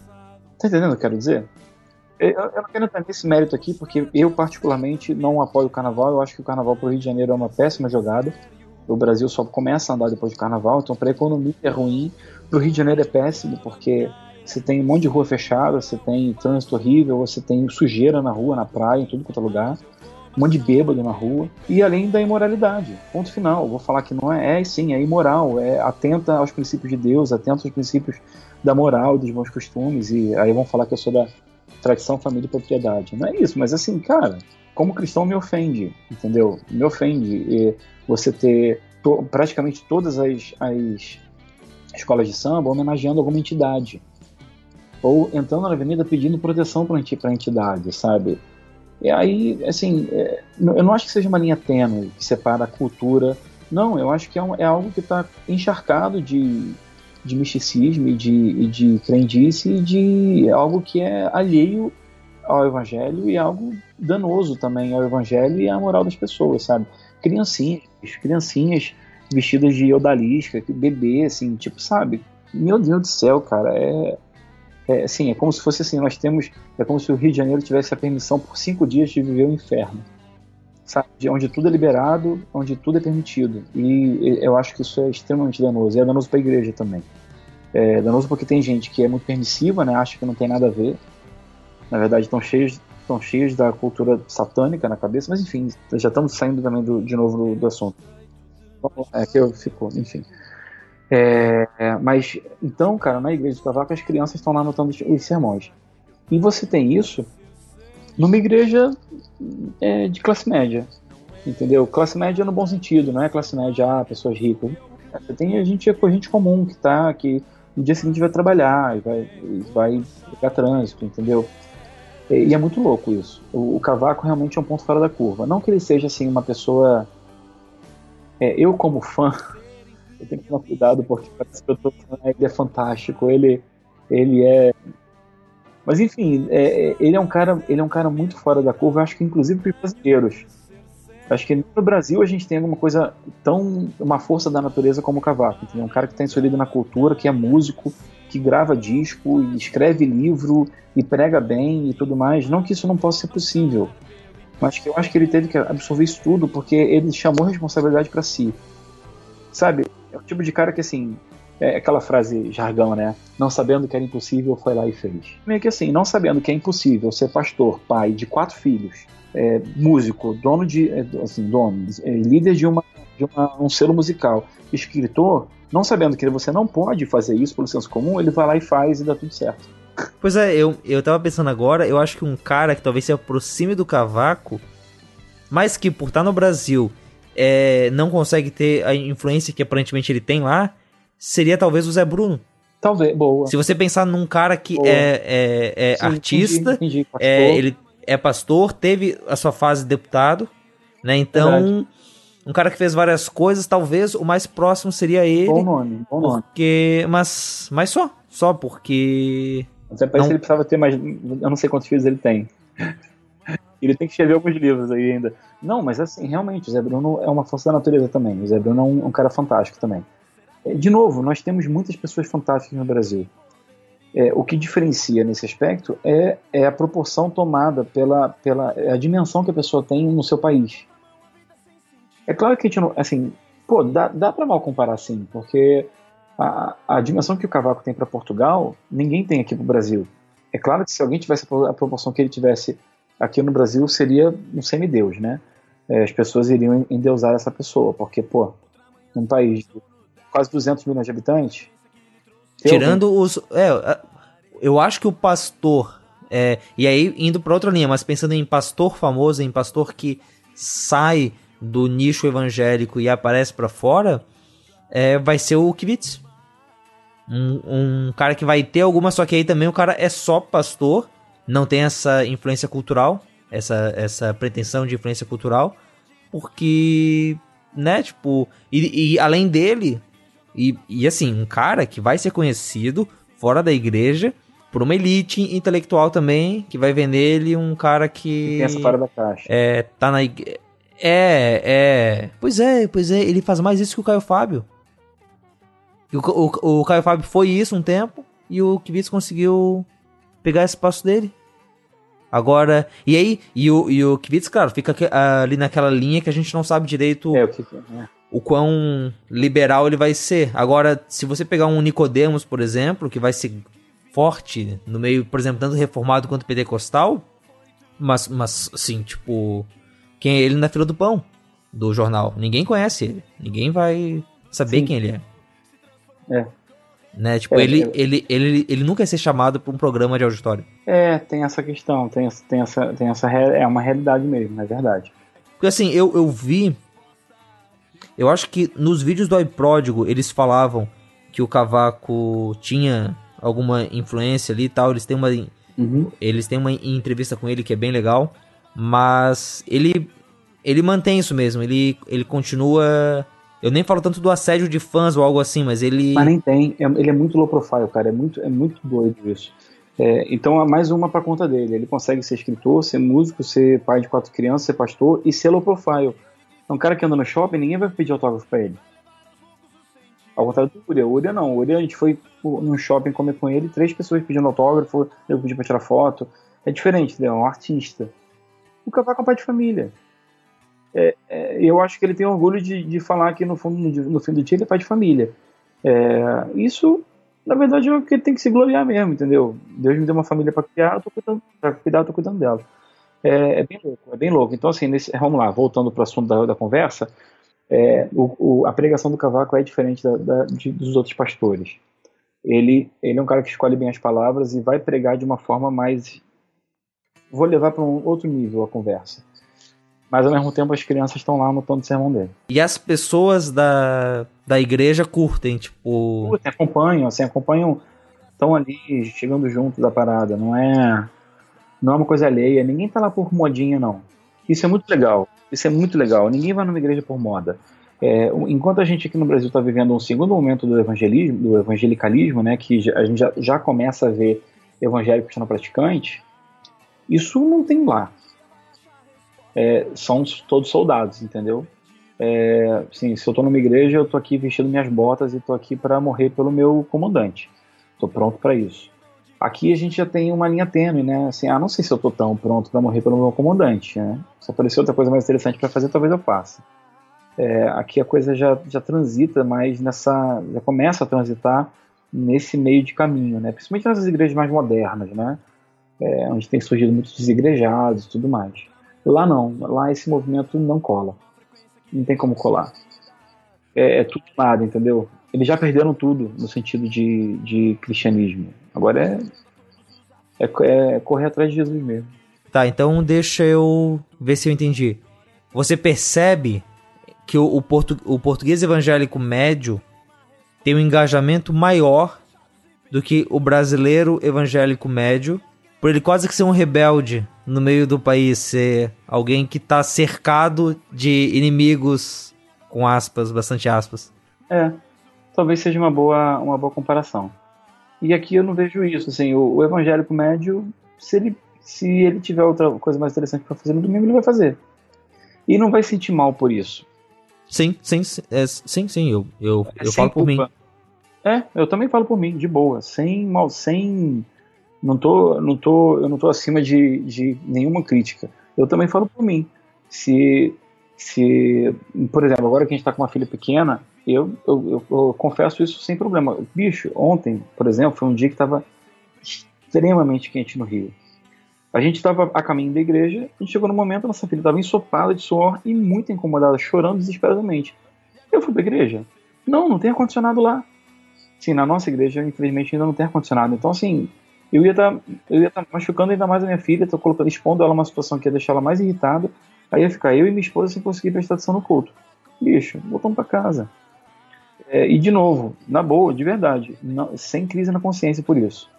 Tá entendendo o que eu quero dizer? Eu não quero entrar nesse mérito aqui, porque eu particularmente não apoio o carnaval, eu acho que o carnaval pro Rio de Janeiro é uma péssima jogada. O Brasil só começa a andar depois do carnaval, então para a economia é ruim, para o Rio de Janeiro é péssimo, porque você tem um monte de rua fechada, você tem trânsito horrível, você tem sujeira na rua, na praia, em tudo quanto é lugar, um monte de bêbado na rua, e além da imoralidade, ponto final. Eu vou falar que não sim, é imoral, atenta aos princípios de Deus, atenta aos princípios da moral, dos bons costumes, e aí vão falar que eu sou da tradição, família e propriedade. Não é isso, mas assim, cara, como cristão me ofende, entendeu? Me ofende. E você ter praticamente todas as escolas de samba homenageando alguma entidade. Ou entrando na avenida pedindo proteção para a entidade, sabe? E aí, assim, eu não acho que seja uma linha tênue que separa a cultura. Não, eu acho que é algo que está encharcado de misticismo e de crendice e de algo que é alheio ao evangelho e algo danoso também ao evangelho e à moral das pessoas, sabe? Criancinhas vestidas de odalisca, bebê, assim, tipo, sabe? Meu Deus do céu, cara, assim, é como se fosse assim, é como se o Rio de Janeiro tivesse a permissão por 5 dias de viver o inferno, sabe? Onde tudo é liberado, onde tudo é permitido, e eu acho que isso é extremamente danoso, e é danoso para a igreja também. É danoso porque tem gente que é muito permissiva, né? Acha que não tem nada a ver, na verdade estão cheios da cultura satânica na cabeça, mas enfim, já estamos saindo também de novo do assunto. Que eu fico, enfim. Mas, então, cara, na igreja do Cavaco as crianças estão lá anotando os sermões. E você tem isso numa igreja de classe média, entendeu? Classe média no bom sentido, não é classe média, pessoas ricas. Você tem gente comum que no dia seguinte vai trabalhar, vai pegar trânsito, entendeu? E é muito louco isso. O Cavaco realmente é um ponto fora da curva. Não que ele seja assim uma pessoa... eu como fã, eu tenho que tomar cuidado porque parece que eu tô falando, ele é fantástico, ele é... Mas enfim, ele é um cara muito fora da curva, eu acho que inclusive para os brasileiros. Acho que no Brasil a gente tem alguma coisa uma força da natureza como o Cavaco, entendeu? Um cara que está inserido na cultura, que é músico, que grava disco, e escreve livro, e prega bem e tudo mais. Não que isso não possa ser possível, mas que eu acho que ele teve que absorver isso tudo porque ele chamou a responsabilidade para si. Sabe? É o tipo de cara que, assim, aquela frase jargão, né? Não sabendo que era impossível, foi lá e fez. Meio que assim, não sabendo que é impossível ser pastor, pai de 4 filhos, músico, líder de um selo musical, escritor, não sabendo que você não pode fazer isso pelo senso comum, ele vai lá e faz e dá tudo certo. Pois eu tava pensando agora, eu acho que um cara que talvez se aproxime do Cavaco, mas que por estar no Brasil não consegue ter a influência que aparentemente ele tem lá, seria talvez o Zé Bruno. Talvez, boa. Se você pensar num cara que é Sim, artista, entendi, ele é pastor, teve a sua fase de deputado, né? Então, Verdade. um cara que fez várias coisas, talvez o mais próximo seria ele. Bom nome. Porque, mas só porque... Até parece que ele precisava ter mais... Eu não sei quantos filhos ele tem. Ele tem que escrever alguns livros aí ainda. Não, mas assim, realmente, o Zé Bruno é uma força da natureza também. O Zé Bruno é um cara fantástico também. De novo, nós temos muitas pessoas fantásticas no Brasil. O que diferencia nesse aspecto é a proporção tomada pela a dimensão que a pessoa tem no seu país. É claro que a gente não... Assim, pô, dá pra mal comparar sim, porque a dimensão que o Cavaco tem para Portugal, ninguém tem aqui pro Brasil. É claro que se alguém tivesse a proporção que ele tivesse aqui no Brasil, seria um semideus, né? As pessoas iriam endeusar essa pessoa, porque, pô, num país de quase 200 milhões de habitantes... Tirando os... eu acho que o pastor... e aí, indo pra outra linha, mas pensando em pastor famoso, em pastor que sai do nicho evangélico e aparece pra fora, vai ser o Kivitz. Um cara que vai ter alguma, só que aí também o cara é só pastor, não tem essa influência cultural, essa pretensão de influência cultural, porque, né, tipo, e além dele, e assim, um cara que vai ser conhecido fora da igreja por uma elite intelectual também, que vai ver nele um cara que pensa fora da caixa. Tá na igreja. Pois é, ele faz mais isso que o Caio Fábio. O Caio Fábio foi isso um tempo, e o Kivitz conseguiu pegar esse espaço dele. Agora, e aí, o Kivitz, claro, fica ali naquela linha que a gente não sabe direito o quão liberal ele vai ser. Agora, se você pegar um Nicodemos, por exemplo, que vai ser forte no meio, por exemplo, tanto reformado quanto pentecostal, mas assim, tipo, quem é ele na fila do pão do jornal? Ninguém conhece ele. Ninguém vai saber quem ele é. Né? Tipo, ele nunca ia ser chamado para um programa de auditório. Tem essa questão, é uma realidade mesmo, é verdade. Porque assim, eu vi, eu acho que nos vídeos do iPródigo eles falavam que o Cavaco tinha alguma influência ali e tal, eles têm uma entrevista com ele que é bem legal, mas ele mantém isso mesmo, ele continua... Eu nem falo tanto do assédio de fãs ou algo assim, mas ele... Mas nem tem, ele é muito low profile, cara, é muito doido isso. Então é mais uma pra conta dele, ele consegue ser escritor, ser músico, ser pai de 4 crianças, ser pastor e ser low profile. É um cara que anda no shopping, ninguém vai pedir autógrafo pra ele. Ao contrário do Uria. O Uria não, o Uria a gente foi num shopping comer com ele, 3 pessoas pedindo autógrafo, eu pedi pra tirar foto. É diferente, entendeu? É um artista. O Cavaco é um pai de família. Eu acho que ele tem orgulho de falar que no fim do dia ele é pai de família. Isso, na verdade, é o que ele tem que se gloriar mesmo, entendeu? Deus me deu uma família para criar, eu tô cuidando dela. É bem louco. Então, assim, vamos lá, voltando para o assunto da conversa, a pregação do Cavaco é diferente dos outros pastores. Ele é um cara que escolhe bem as palavras e vai pregar de uma forma mais... Vou levar para um outro nível a conversa. Mas ao mesmo tempo as crianças estão lá anotando o sermão dele. E as pessoas da igreja curtem, tipo... acompanham, estão ali chegando junto da parada, não é uma coisa alheia, ninguém tá lá por modinha não. Isso é muito legal, ninguém vai numa igreja por moda. Enquanto a gente aqui no Brasil está vivendo um segundo momento do evangelicalismo, né, que a gente já começa a ver evangélicos sendo praticantes, isso não tem lá. São todos soldados, entendeu? Sim, se eu tô numa igreja, eu tô aqui vestindo minhas botas e tô aqui para morrer pelo meu comandante. Tô pronto para isso. Aqui a gente já tem uma linha tênue, né? Assim, não sei se eu tô tão pronto para morrer pelo meu comandante, né? Se aparecer outra coisa mais interessante para fazer, talvez eu faça. Aqui a coisa já transita mais já começa a transitar nesse meio de caminho, né? Principalmente nas igrejas mais modernas, né? Onde tem surgido muitos desigrejados e tudo mais. Lá não, lá esse movimento não cola. Não tem como colar. É tudo nada, entendeu? Eles já perderam tudo no sentido de cristianismo. Agora é correr atrás de Jesus mesmo. Tá, então deixa eu ver se eu entendi. Você percebe que o português evangélico médio tem um engajamento maior do que o brasileiro evangélico médio, por ele quase que ser um rebelde no meio do país ser alguém que tá cercado de inimigos, com aspas, bastante aspas. Talvez seja uma boa comparação. E aqui eu não vejo isso, assim, o evangélico médio, se ele tiver outra coisa mais interessante para fazer no domingo, ele vai fazer. E não vai sentir mal por isso. Sim, eu falo por mim. Eu também falo por mim, de boa, eu não tô acima de nenhuma crítica. Eu também falo por mim. Se por exemplo, agora que a gente tá com uma filha pequena, eu confesso isso sem problema. Bicho, ontem, por exemplo, foi um dia que tava extremamente quente no Rio. A gente estava a caminho da igreja, a gente chegou no momento, a nossa filha estava ensopada de suor e muito incomodada, chorando desesperadamente. Eu fui para a igreja. Não tem ar-condicionado lá. Sim, na nossa igreja, infelizmente, ainda não tem ar-condicionado. Então, assim, eu ia tá machucando ainda mais a minha filha, expondo ela uma situação que ia deixar ela mais irritada, aí ia ficar eu e minha esposa sem conseguir prestar atenção no culto. Bicho, voltamos para casa. E, de novo, na boa, de verdade, sem crise na consciência por isso.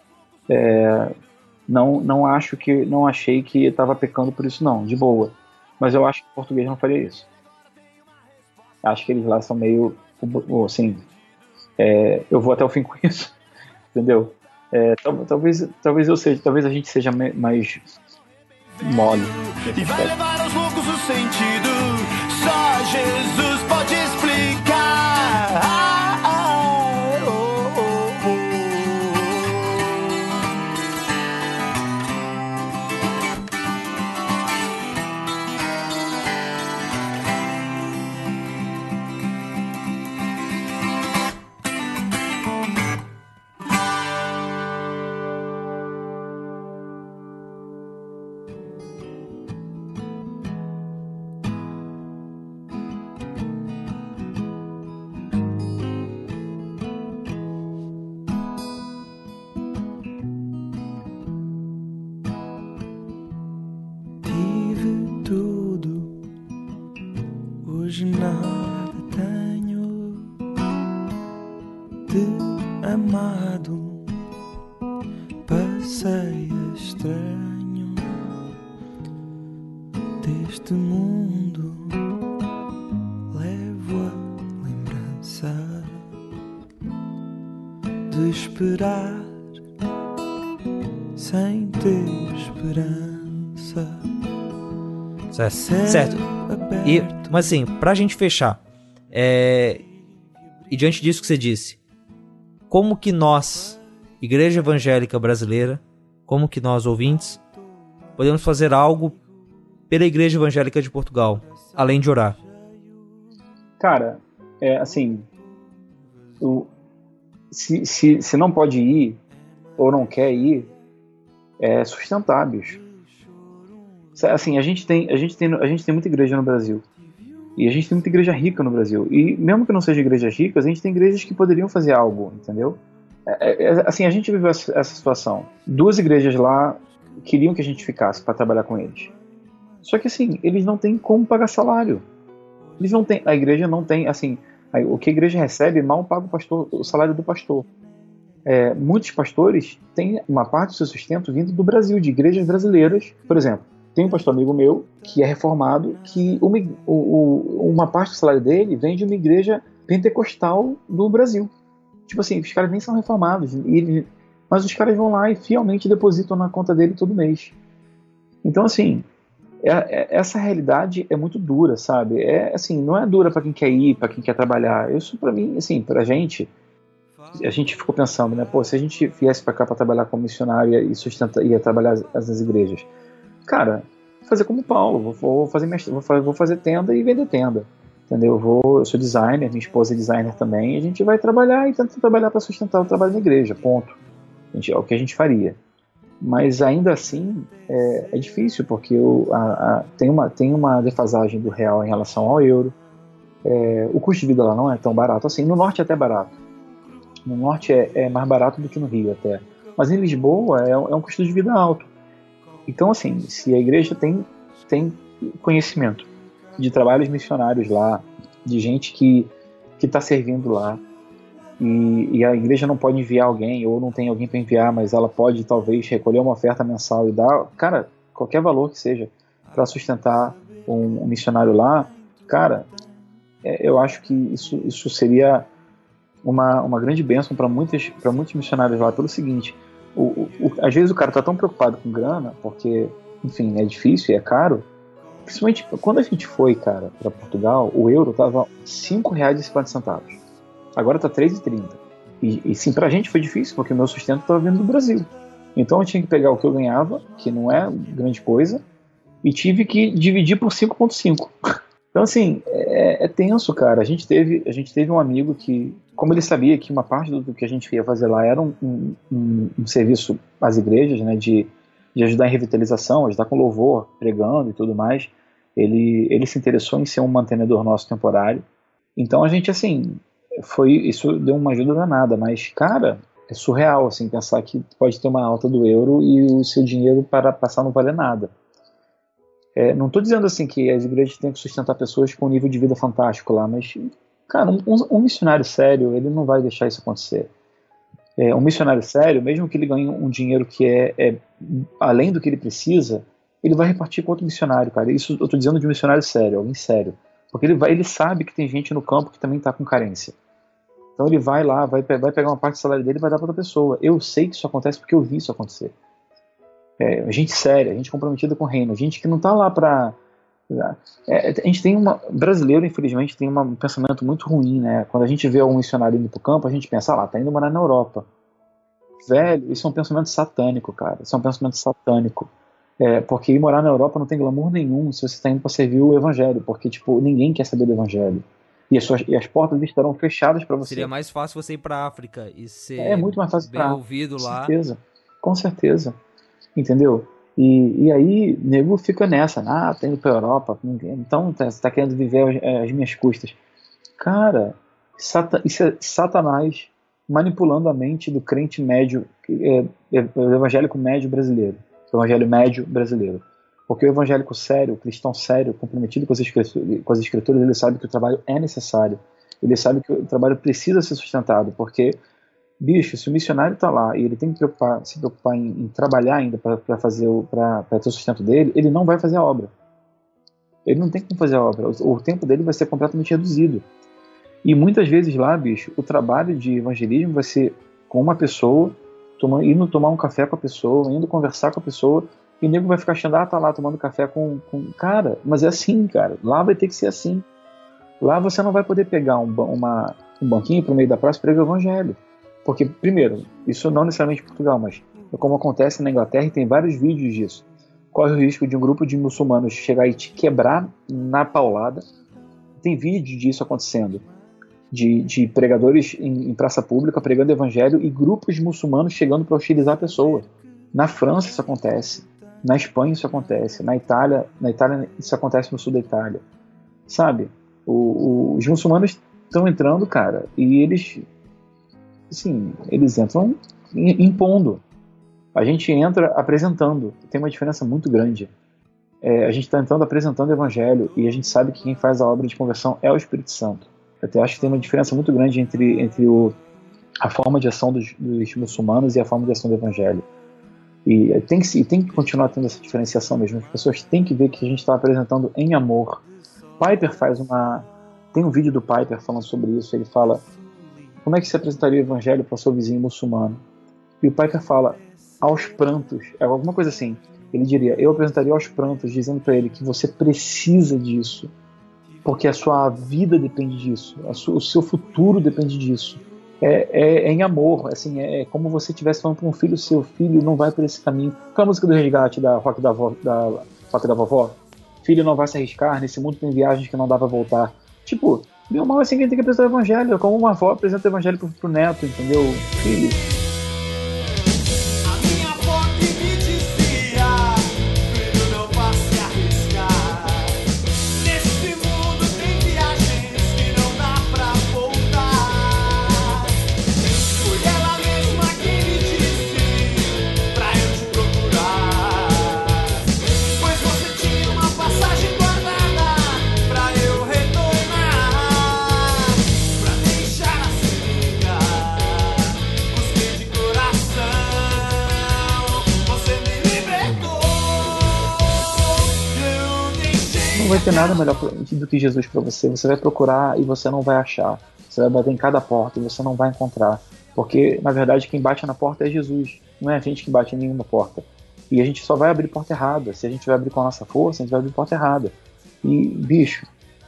Não achei que estava pecando por isso, não, de boa. Mas eu acho que o português não faria isso. Acho que eles lá são meio, assim, eu vou até o fim com isso, entendeu? Talvez a gente seja mais mole. E vai levar aos loucos o sentido, só Jesus pode explicar. Hoje nada tenho de amado, passei estranho deste mundo, levo a lembrança de esperar sem ter esperança. Certo. Mas assim, pra gente fechar, e diante disso que você disse, como que nós, Igreja Evangélica Brasileira, como que nós, ouvintes, podemos fazer algo pela Igreja Evangélica de Portugal, além de orar? Cara, assim, se não pode ir, ou não quer ir, é sustentar, bicho. Assim, a gente tem muita igreja no Brasil. E a gente tem muita igreja rica no Brasil. E mesmo que não sejam igrejas ricas, a gente tem igrejas que poderiam fazer algo, entendeu? Assim, a gente viveu essa situação. 2 igrejas lá queriam que a gente ficasse para trabalhar com eles. Só que, assim, eles não têm como pagar salário. Eles não têm, a igreja não tem, assim, o que a igreja recebe mal paga o salário do pastor. Muitos pastores têm uma parte do seu sustento vindo do Brasil, de igrejas brasileiras. Por exemplo, tem um pastor amigo meu que é reformado, que uma parte do salário dele vem de uma igreja pentecostal do Brasil. Tipo assim, os caras nem são reformados, mas os caras vão lá e fielmente depositam na conta dele todo mês. Então, assim, essa realidade é muito dura, sabe? Assim, não é dura para quem quer ir, para quem quer trabalhar. Isso, para mim, assim, pra gente, a gente ficou pensando, né? Pô, se a gente viesse para cá para trabalhar como missionário ia trabalhar nas igrejas, cara, fazer como Paulo, vou fazer tenda e vender tenda, entendeu? Eu sou designer, minha esposa é designer também, a gente vai trabalhar e tenta trabalhar para sustentar o trabalho na igreja, ponto. É o que a gente faria. Mas ainda assim é difícil, porque tem uma defasagem do real em relação ao euro. O custo de vida lá não é tão barato assim. No norte é até barato. No norte é mais barato do que no Rio até. Mas em Lisboa é um custo de vida alto. Então, assim, se a igreja tem conhecimento de trabalhos missionários lá, de gente que está servindo lá, e a igreja não pode enviar alguém, ou não tem alguém para enviar, mas ela pode talvez recolher uma oferta mensal e dar, cara, qualquer valor que seja, para sustentar um missionário lá, cara, eu acho que isso seria uma grande bênção para muitos missionários lá, pelo seguinte, às vezes o cara tá tão preocupado com grana, porque, enfim, é difícil e é caro, principalmente quando a gente foi, cara, para Portugal, o euro tava R$ 5,50, agora tá R$ 3,30, e sim, pra gente foi difícil, porque o meu sustento tava vindo do Brasil, então eu tinha que pegar o que eu ganhava, que não é grande coisa, e tive que dividir por 5,5. Então, assim, é tenso, cara. A gente teve um amigo que, como ele sabia que uma parte do que a gente ia fazer lá era um serviço às igrejas, né, de ajudar em revitalização, ajudar com louvor, pregando e tudo mais, ele se interessou em ser um mantenedor nosso temporário. Então, a gente, assim, isso deu uma ajuda danada, mas, cara, é surreal, assim, pensar que pode ter uma alta do euro e o seu dinheiro para passar não valer nada. Não estou dizendo assim que as igrejas têm que sustentar pessoas com um nível de vida fantástico lá, mas, cara, um missionário sério, ele não vai deixar isso acontecer. Um missionário sério, mesmo que ele ganhe um dinheiro que é além do que ele precisa, ele vai repartir com outro missionário, cara. Isso eu estou dizendo de um missionário sério, alguém sério. Porque ele sabe que tem gente no campo que também está com carência. Então ele vai lá, vai pegar uma parte do salário dele e vai dar para outra pessoa. Eu sei que isso acontece porque eu vi isso acontecer. Gente séria, gente comprometida com o reino, gente que não está lá para... a gente tem brasileiro, infelizmente, tem um pensamento muito ruim, né? Quando a gente vê algum missionário indo para o campo, a gente pensa, tá indo morar na Europa. Velho, isso é um pensamento satânico, cara. Isso é um pensamento satânico. Porque ir morar na Europa não tem glamour nenhum se você está indo para servir o evangelho, porque, tipo, ninguém quer saber do evangelho. E as portas estarão fechadas para você. Seria mais fácil você ir para a África e ser muito mais fácil bem ouvido lá. Com certeza. Entendeu? E aí, nego fica nessa, tá indo pra Europa, então tá querendo viver às minhas custas. Cara, isso é Satanás manipulando a mente do crente médio, o evangélico médio brasileiro. O evangelho médio brasileiro. Porque o evangélico sério, o cristão sério, comprometido com as escrituras, ele sabe que o trabalho é necessário. Ele sabe que o trabalho precisa ser sustentado, porque... Bicho, se o missionário está lá e ele tem que se preocupar em trabalhar ainda para ter o sustento dele, ele não vai fazer a obra. Ele não tem como fazer a obra. O tempo dele vai ser completamente reduzido. E muitas vezes lá, bicho, o trabalho de evangelismo vai ser com uma pessoa, indo tomar um café com a pessoa, indo conversar com a pessoa, e o nego vai ficar achando, tá lá tomando café com... Cara, mas é assim, cara. Lá vai ter que ser assim. Lá você não vai poder pegar um banquinho pro meio da praça e pregar o evangelho. Porque, primeiro, isso não necessariamente em Portugal, mas é como acontece na Inglaterra e tem vários vídeos disso. Corre o risco de um grupo de muçulmanos chegar e te quebrar na paulada. Tem vídeo disso acontecendo. De pregadores em praça pública pregando evangelho e grupos de muçulmanos chegando para hostilizar a pessoa. Na França isso acontece. Na Espanha isso acontece. Na Itália isso acontece no sul da Itália. Sabe? Os muçulmanos estão entrando, cara, e eles entram impondo. A gente entra apresentando. Tem uma diferença muito grande. A gente está entrando apresentando o evangelho e a gente sabe que quem faz a obra de conversão é o Espírito Santo. Eu até acho que tem uma diferença muito grande entre a forma de ação dos muçulmanos e a forma de ação do evangelho. E tem que continuar tendo essa diferenciação mesmo. As pessoas têm que ver que a gente está apresentando em amor. Piper tem um vídeo do Piper falando sobre isso. Ele fala: como é que se apresentaria o evangelho para o seu vizinho muçulmano? E o Piper fala, aos prantos, alguma coisa assim. Ele diria, eu apresentaria aos prantos, dizendo para ele que você precisa disso, porque a sua vida depende disso, o seu futuro depende disso. É em amor, assim, é como você estivesse falando para um filho, seu filho não vai por esse caminho. Qual é a música do Resgate da Rock da Vovó? Filho não vai se arriscar, nesse mundo tem viagens que não dá para voltar. Tipo, meu mal, assim, que a gente tem que apresentar o evangelho, como uma avó apresenta o evangelho pro neto, entendeu? Filho. A minha avó que me dizia, filho, não vá se arriscar. Nesse mundo tem viagens que não dá pra voltar. Foi ela mesma que me disse pra eu te procurar. Pois você tinha uma passagem guardada pra eu retornar. Pra deixar a seringa, os vai ter nada melhor do que Jesus para você. Você vai procurar e você não vai achar. Você vai bater em cada porta e você não vai encontrar. Porque, na verdade, quem bate na porta é Jesus. Não é a gente que bate em nenhuma porta. E a gente só vai abrir porta errada. Se a gente vai abrir com a nossa força, a gente vai abrir porta errada. E, bicho,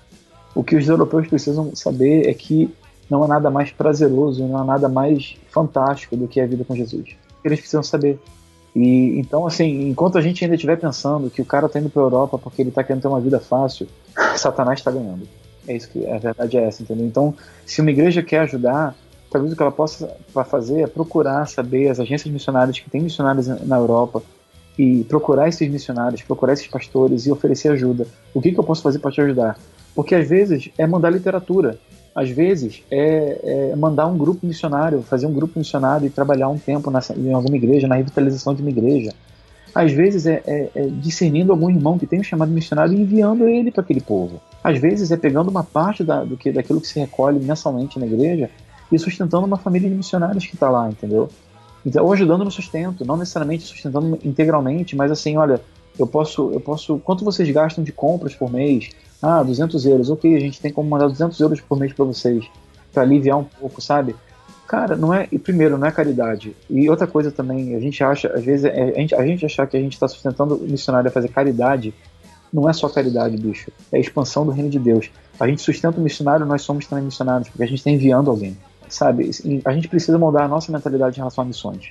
o que os europeus precisam saber é que não há nada mais prazeroso, não há nada mais fantástico do que a vida com Jesus. Eles precisam saber. E então, assim, enquanto a gente ainda estiver pensando que o cara tá indo pra Europa porque ele tá querendo ter uma vida fácil, Satanás tá ganhando. É isso que a verdade é essa, entendeu? Então, se uma igreja quer ajudar, talvez o que ela possa fazer é procurar saber as agências missionárias que tem missionários na Europa e procurar esses missionários, procurar esses pastores e oferecer ajuda. O que eu posso fazer para te ajudar? Porque às vezes é mandar literatura, às vezes é mandar um grupo missionário, fazer um grupo missionário e trabalhar um tempo em alguma igreja, na revitalização de uma igreja. Às vezes é discernindo algum irmão que tem um chamado missionário e enviando ele para aquele povo. Às vezes é pegando uma parte daquilo que se recolhe mensalmente na igreja e sustentando uma família de missionários que está lá, entendeu? Então, ou ajudando no sustento, não necessariamente sustentando integralmente, mas assim, olha, eu posso, quanto vocês gastam de compras por mês? 200 euros, ok, a gente tem como mandar 200 euros por mês para vocês, para aliviar um pouco, sabe? Cara, primeiro, não é caridade. E outra coisa também, a gente acha, às vezes, a gente achar que a gente está sustentando o missionário a fazer caridade, não é só caridade, bicho, é a expansão do reino de Deus. A gente sustenta o missionário, nós somos também missionários, porque a gente está enviando alguém, sabe? A gente precisa mudar a nossa mentalidade em relação a missões.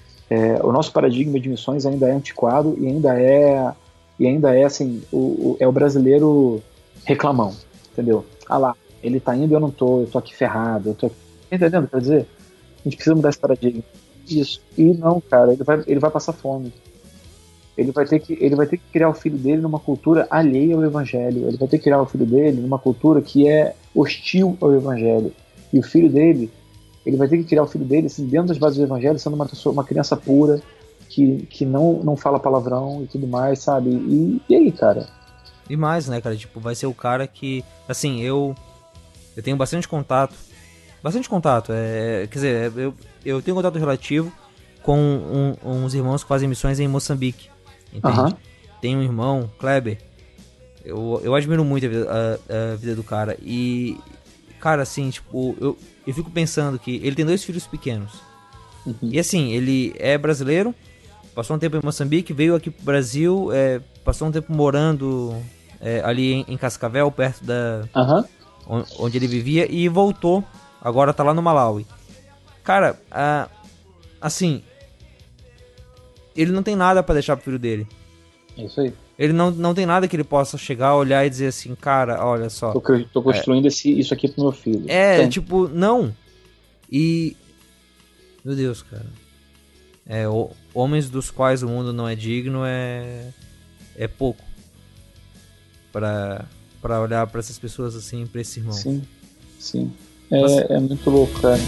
O nosso paradigma de missões ainda é antiquado e ainda é assim, é o brasileiro reclamão, entendeu? Lá, ele tá indo e eu tô aqui ferrado, tá entendendo o que eu quero dizer? A gente precisa mudar esse paradigma. Isso. E não, cara, ele vai passar fome. Ele vai ter que criar o filho dele numa cultura alheia ao evangelho. Ele vai ter que criar o filho dele numa cultura que é hostil ao evangelho. E o filho dele, ele vai ter que criar o filho dele assim, dentro das bases do evangelho, sendo uma criança pura, que não fala palavrão e tudo mais, sabe? E aí, cara? E mais, né, cara? Tipo, vai ser o cara que... Assim, eu tenho bastante contato. Quer dizer, eu tenho contato relativo com uns irmãos que fazem missões em Moçambique. Entende? Uhum. Tem um irmão, Kleber. Eu admiro muito a vida do cara. E, cara, assim, tipo, eu fico pensando que ele tem 2 filhos pequenos. Uhum. E assim, ele é brasileiro, passou um tempo em Moçambique, veio aqui pro Brasil, passou um tempo morando ali em Cascavel, perto onde ele vivia, e voltou. Agora tá lá no Malawi. Cara, assim, ele não tem nada pra deixar pro filho dele. É isso aí. Ele não tem nada que ele possa chegar, olhar e dizer assim, cara, olha só. Tô construindo isso aqui pro meu filho. Tipo, não. E... Meu Deus, cara. Homens dos quais o mundo não é digno é pouco. Pra olhar pra essas pessoas assim, pra esse irmão. Sim. É muito louco, cara.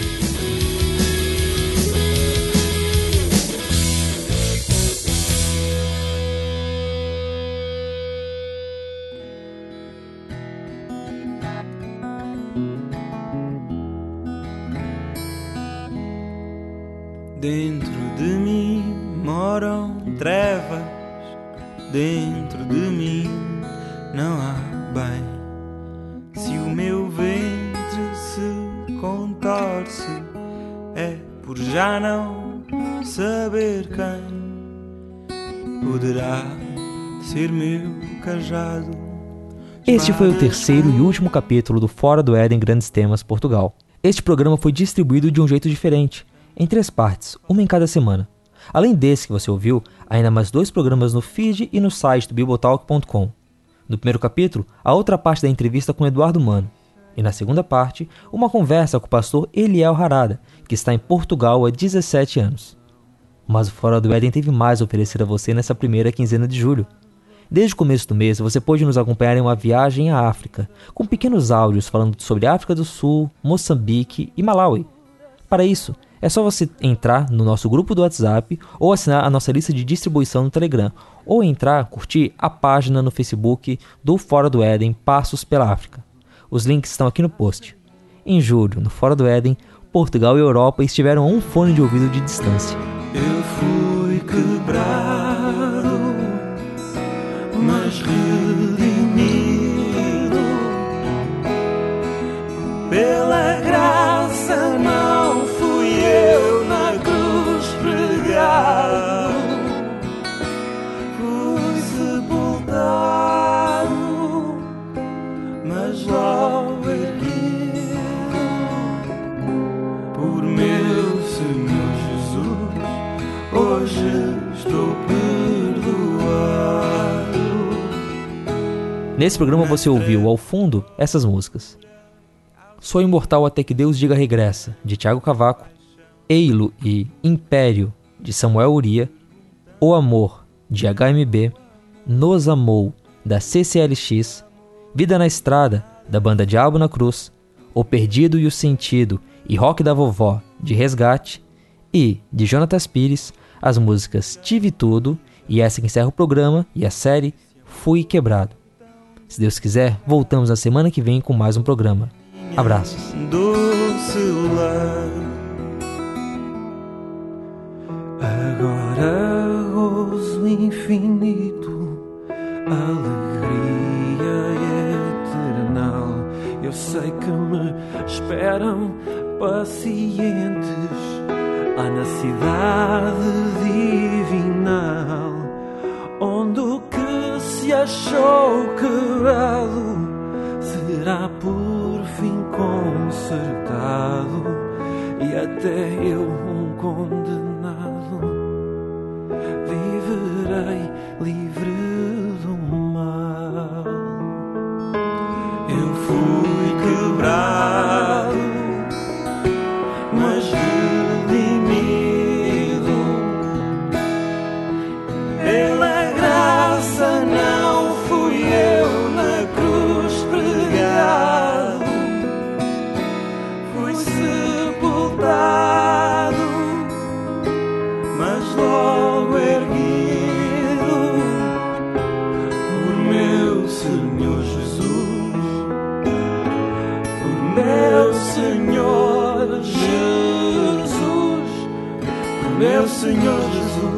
Dentro de mim moram trevas, dentro de mim não há bem. Se o meu ventre se contorce, é por já não saber quem poderá ser meu cajado. Este foi o 3º e último capítulo do Fora do Éden Grandes Temas Portugal. Este programa foi distribuído de um jeito diferente, em 3 partes, uma em cada semana. Além desse que você ouviu, há ainda mais 2 programas no feed e no site do bibotalk.com. No primeiro capítulo, a outra parte da entrevista com Eduardo Mano. E na segunda parte, uma conversa com o pastor Eliel Harada, que está em Portugal há 17 anos. Mas o Fora do Éden teve mais a oferecer a você nessa primeira quinzena de julho. Desde o começo do mês, você pode nos acompanhar em uma viagem à África, com pequenos áudios falando sobre África do Sul, Moçambique e Malawi. Para isso, é só você entrar no nosso grupo do WhatsApp ou assinar a nossa lista de distribuição no Telegram, ou curtir a página no Facebook do Fora do Éden Passos pela África. Os links estão aqui no post. Em julho, no Fora do Éden, Portugal e Europa estiveram a um fone de ouvido de distância. Eu fui quebrado, mas redimido. Nesse programa você ouviu ao fundo essas músicas: Sou Imortal Até Que Deus Diga Regressa, de Thiago Cavaco, Eilo e Império, de Samuel Uria, O Amor, de HMB, Nos Amou, da CCLX, Vida na Estrada, da banda Diabo na Cruz, O Perdido e o Sentido e Rock da Vovó, de Resgate, e, de Jonatas Pires, as músicas Tive Tudo e essa que encerra o programa e a série Fui Quebrado. Se Deus quiser, voltamos na semana que vem com mais um programa. Abraços. Doce lar, agora gozo infinito, alegria eternal. Eu sei que me esperam pacientes lá na cidade divinal, onde o que se achou quebrado será por fim consertado, e até eu, um condenado, viverei livre do mal. Eu fui quebrado, mas redimido pela graça, não fui eu na cruz pregado, fui sepultado, mas logo erguido por meu Senhor Jesus, por meu Senhor Jesus, por meu Senhor Jesus.